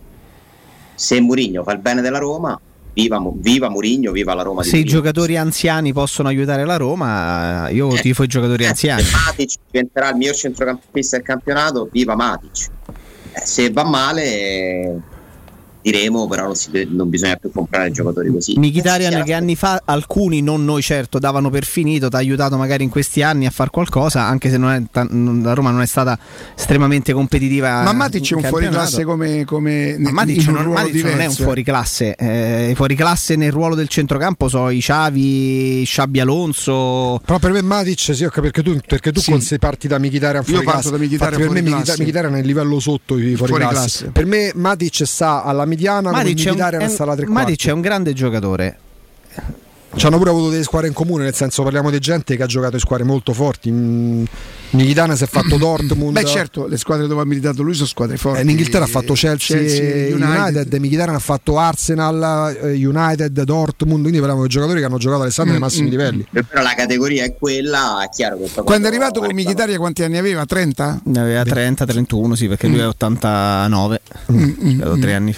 [SPEAKER 2] Se Mourinho fa il bene della Roma, viva, Mu- viva Mourinho, viva la Roma di
[SPEAKER 4] Se i
[SPEAKER 2] Mourinho.
[SPEAKER 4] giocatori anziani possono aiutare la Roma, io
[SPEAKER 2] Eh,
[SPEAKER 4] tifo i giocatori
[SPEAKER 2] eh,
[SPEAKER 4] anziani.
[SPEAKER 2] Se Matic diventerà il miglior centrocampista del campionato, viva Matic. Eh, se va male, eh, diremo, però non, si, non bisogna più comprare giocatori così.
[SPEAKER 4] Mkhitaryan
[SPEAKER 2] Eh,
[SPEAKER 4] che anni fa alcuni, non noi certo, davano per finito, ti ha aiutato magari in questi anni a fare qualcosa, anche se non è ta- non- la Roma non è stata estremamente competitiva.
[SPEAKER 1] Ma Matic è
[SPEAKER 4] in
[SPEAKER 1] un
[SPEAKER 4] campionato.
[SPEAKER 1] fuoriclasse come, come
[SPEAKER 4] Ma Matic,
[SPEAKER 1] in un
[SPEAKER 4] non,
[SPEAKER 1] ruolo
[SPEAKER 4] Matic non è un
[SPEAKER 1] diverso.
[SPEAKER 4] fuoriclasse, eh, i fuoriclasse nel ruolo del centrocampo sono i Xavi, Xabi Alonso.
[SPEAKER 3] Però per me Matic, sì, perché tu, perché tu
[SPEAKER 1] Sì.
[SPEAKER 3] conse- parti da Mkhitaryan
[SPEAKER 1] Io
[SPEAKER 3] fuori
[SPEAKER 1] parto
[SPEAKER 3] classe.
[SPEAKER 1] da Mkhitaryan
[SPEAKER 3] Infatti per me
[SPEAKER 1] fuori
[SPEAKER 3] Mkhitaryan
[SPEAKER 1] classe.
[SPEAKER 3] Mkhitaryan è il livello sotto i fuori,
[SPEAKER 1] Fuori
[SPEAKER 3] classe.
[SPEAKER 1] classe.
[SPEAKER 3] Per me Matic sta alla mediana, come
[SPEAKER 4] Matic è, un,
[SPEAKER 3] Mkhitaryan
[SPEAKER 4] è-
[SPEAKER 3] sta alla tre
[SPEAKER 4] Matic
[SPEAKER 3] quarti.
[SPEAKER 4] è un grande giocatore.
[SPEAKER 3] Ci hanno pure avuto delle squadre in comune, nel senso parliamo di gente che ha giocato in squadre molto forti. Mm, Mkhitaryan si è fatto Dortmund.
[SPEAKER 1] Beh, certo, le squadre dove ha militato lui sono squadre forti.
[SPEAKER 3] Eh, in Inghilterra ha fatto Chelsea, e United,
[SPEAKER 1] United.
[SPEAKER 3] Mkhitaryan ha fatto Arsenal, eh, United, Dortmund, quindi parliamo di giocatori che hanno giocato Alessandro ai
[SPEAKER 1] Mm,
[SPEAKER 3] massimi
[SPEAKER 1] mm,
[SPEAKER 3] livelli.
[SPEAKER 2] Però la categoria è quella, è chiaro che poi
[SPEAKER 1] Quando è arrivato con
[SPEAKER 2] arriva-
[SPEAKER 1] Mkhitaryan quanti anni aveva? trenta?
[SPEAKER 4] Ne aveva trenta trentuno, sì, perché lui è ottantanove,
[SPEAKER 1] Mm, mm,
[SPEAKER 4] credo
[SPEAKER 1] mm.
[SPEAKER 4] tre anni fa.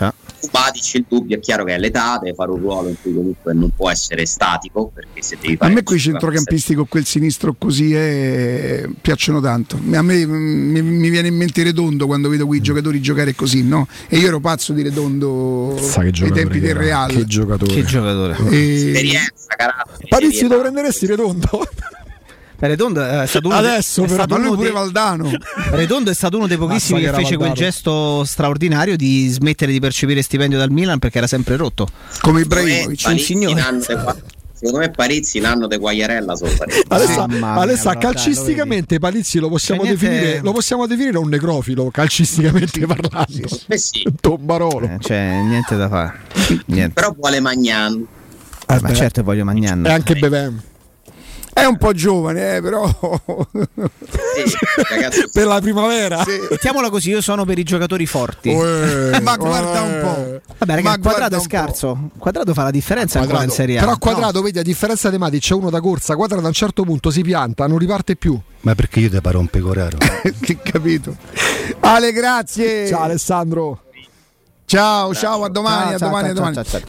[SPEAKER 2] su Matic il dubbio è chiaro che è l'età, deve fare un ruolo in cui comunque non può essere statico, perché se devi fare
[SPEAKER 1] a me quei centrocampisti con quel sinistro così eh, piacciono tanto. A me mi, mi viene in mente Redondo quando vedo quei giocatori giocare così, no? E io ero pazzo di Redondo ai tempi del Real.
[SPEAKER 3] Che giocatore,
[SPEAKER 4] che giocatore.
[SPEAKER 1] E...
[SPEAKER 2] esperienza, carattere.
[SPEAKER 3] Palizzi, lo prenderesti Redondo?
[SPEAKER 4] Redondo è stato uno
[SPEAKER 3] adesso
[SPEAKER 4] è
[SPEAKER 3] però,
[SPEAKER 4] stato
[SPEAKER 1] ma lui
[SPEAKER 4] uno
[SPEAKER 1] pure
[SPEAKER 4] dei...
[SPEAKER 1] Valdano.
[SPEAKER 4] Redondo è stato uno dei pochissimi che, che fece Valdano. Quel gesto straordinario di smettere di percepire stipendio dal Milan perché era sempre rotto,
[SPEAKER 1] come Ibrahimovic,
[SPEAKER 4] un signore.
[SPEAKER 2] Secondo me Parizzi in anno di Guagliarella sopra.
[SPEAKER 3] Alessa, Alessa calcisticamente Palizzi lo possiamo
[SPEAKER 4] C'è
[SPEAKER 3] definire
[SPEAKER 4] niente...
[SPEAKER 3] lo possiamo definire un necrofilo calcisticamente sì, parlando.
[SPEAKER 2] Sì, sì, sì.
[SPEAKER 3] Tombarolo.
[SPEAKER 4] Eh, cioè niente da fare. Niente.
[SPEAKER 2] Però vuole Magnan.
[SPEAKER 4] Eh, ma certo voglio Magnan.
[SPEAKER 3] E anche Bevem.
[SPEAKER 1] È un po' giovane, eh, però
[SPEAKER 2] sì, ragazzi,
[SPEAKER 3] per la primavera.
[SPEAKER 1] Sì.
[SPEAKER 4] Mettiamola così, io sono per i giocatori forti.
[SPEAKER 1] Uè, ma guarda un po'.
[SPEAKER 4] Vabbè, ragazzi,
[SPEAKER 1] ma
[SPEAKER 4] Quadrado è scarso. Quadrado fa la differenza
[SPEAKER 3] Quadrado.
[SPEAKER 4] ancora in Serie A.
[SPEAKER 3] Però Quadrado,
[SPEAKER 4] no.
[SPEAKER 3] vedi, a differenza di Matic c'è uno da corsa. Quadrado a un certo punto si pianta, non riparte più.
[SPEAKER 6] Ma perché io te paro un pecoraro?
[SPEAKER 1] Che capito. Ale, grazie.
[SPEAKER 3] Ciao Alessandro.
[SPEAKER 1] Ciao, ciao, a domani,
[SPEAKER 4] ciao,
[SPEAKER 1] a domani,
[SPEAKER 4] ciao,
[SPEAKER 1] a domani.
[SPEAKER 4] ciao, ciao, ciao.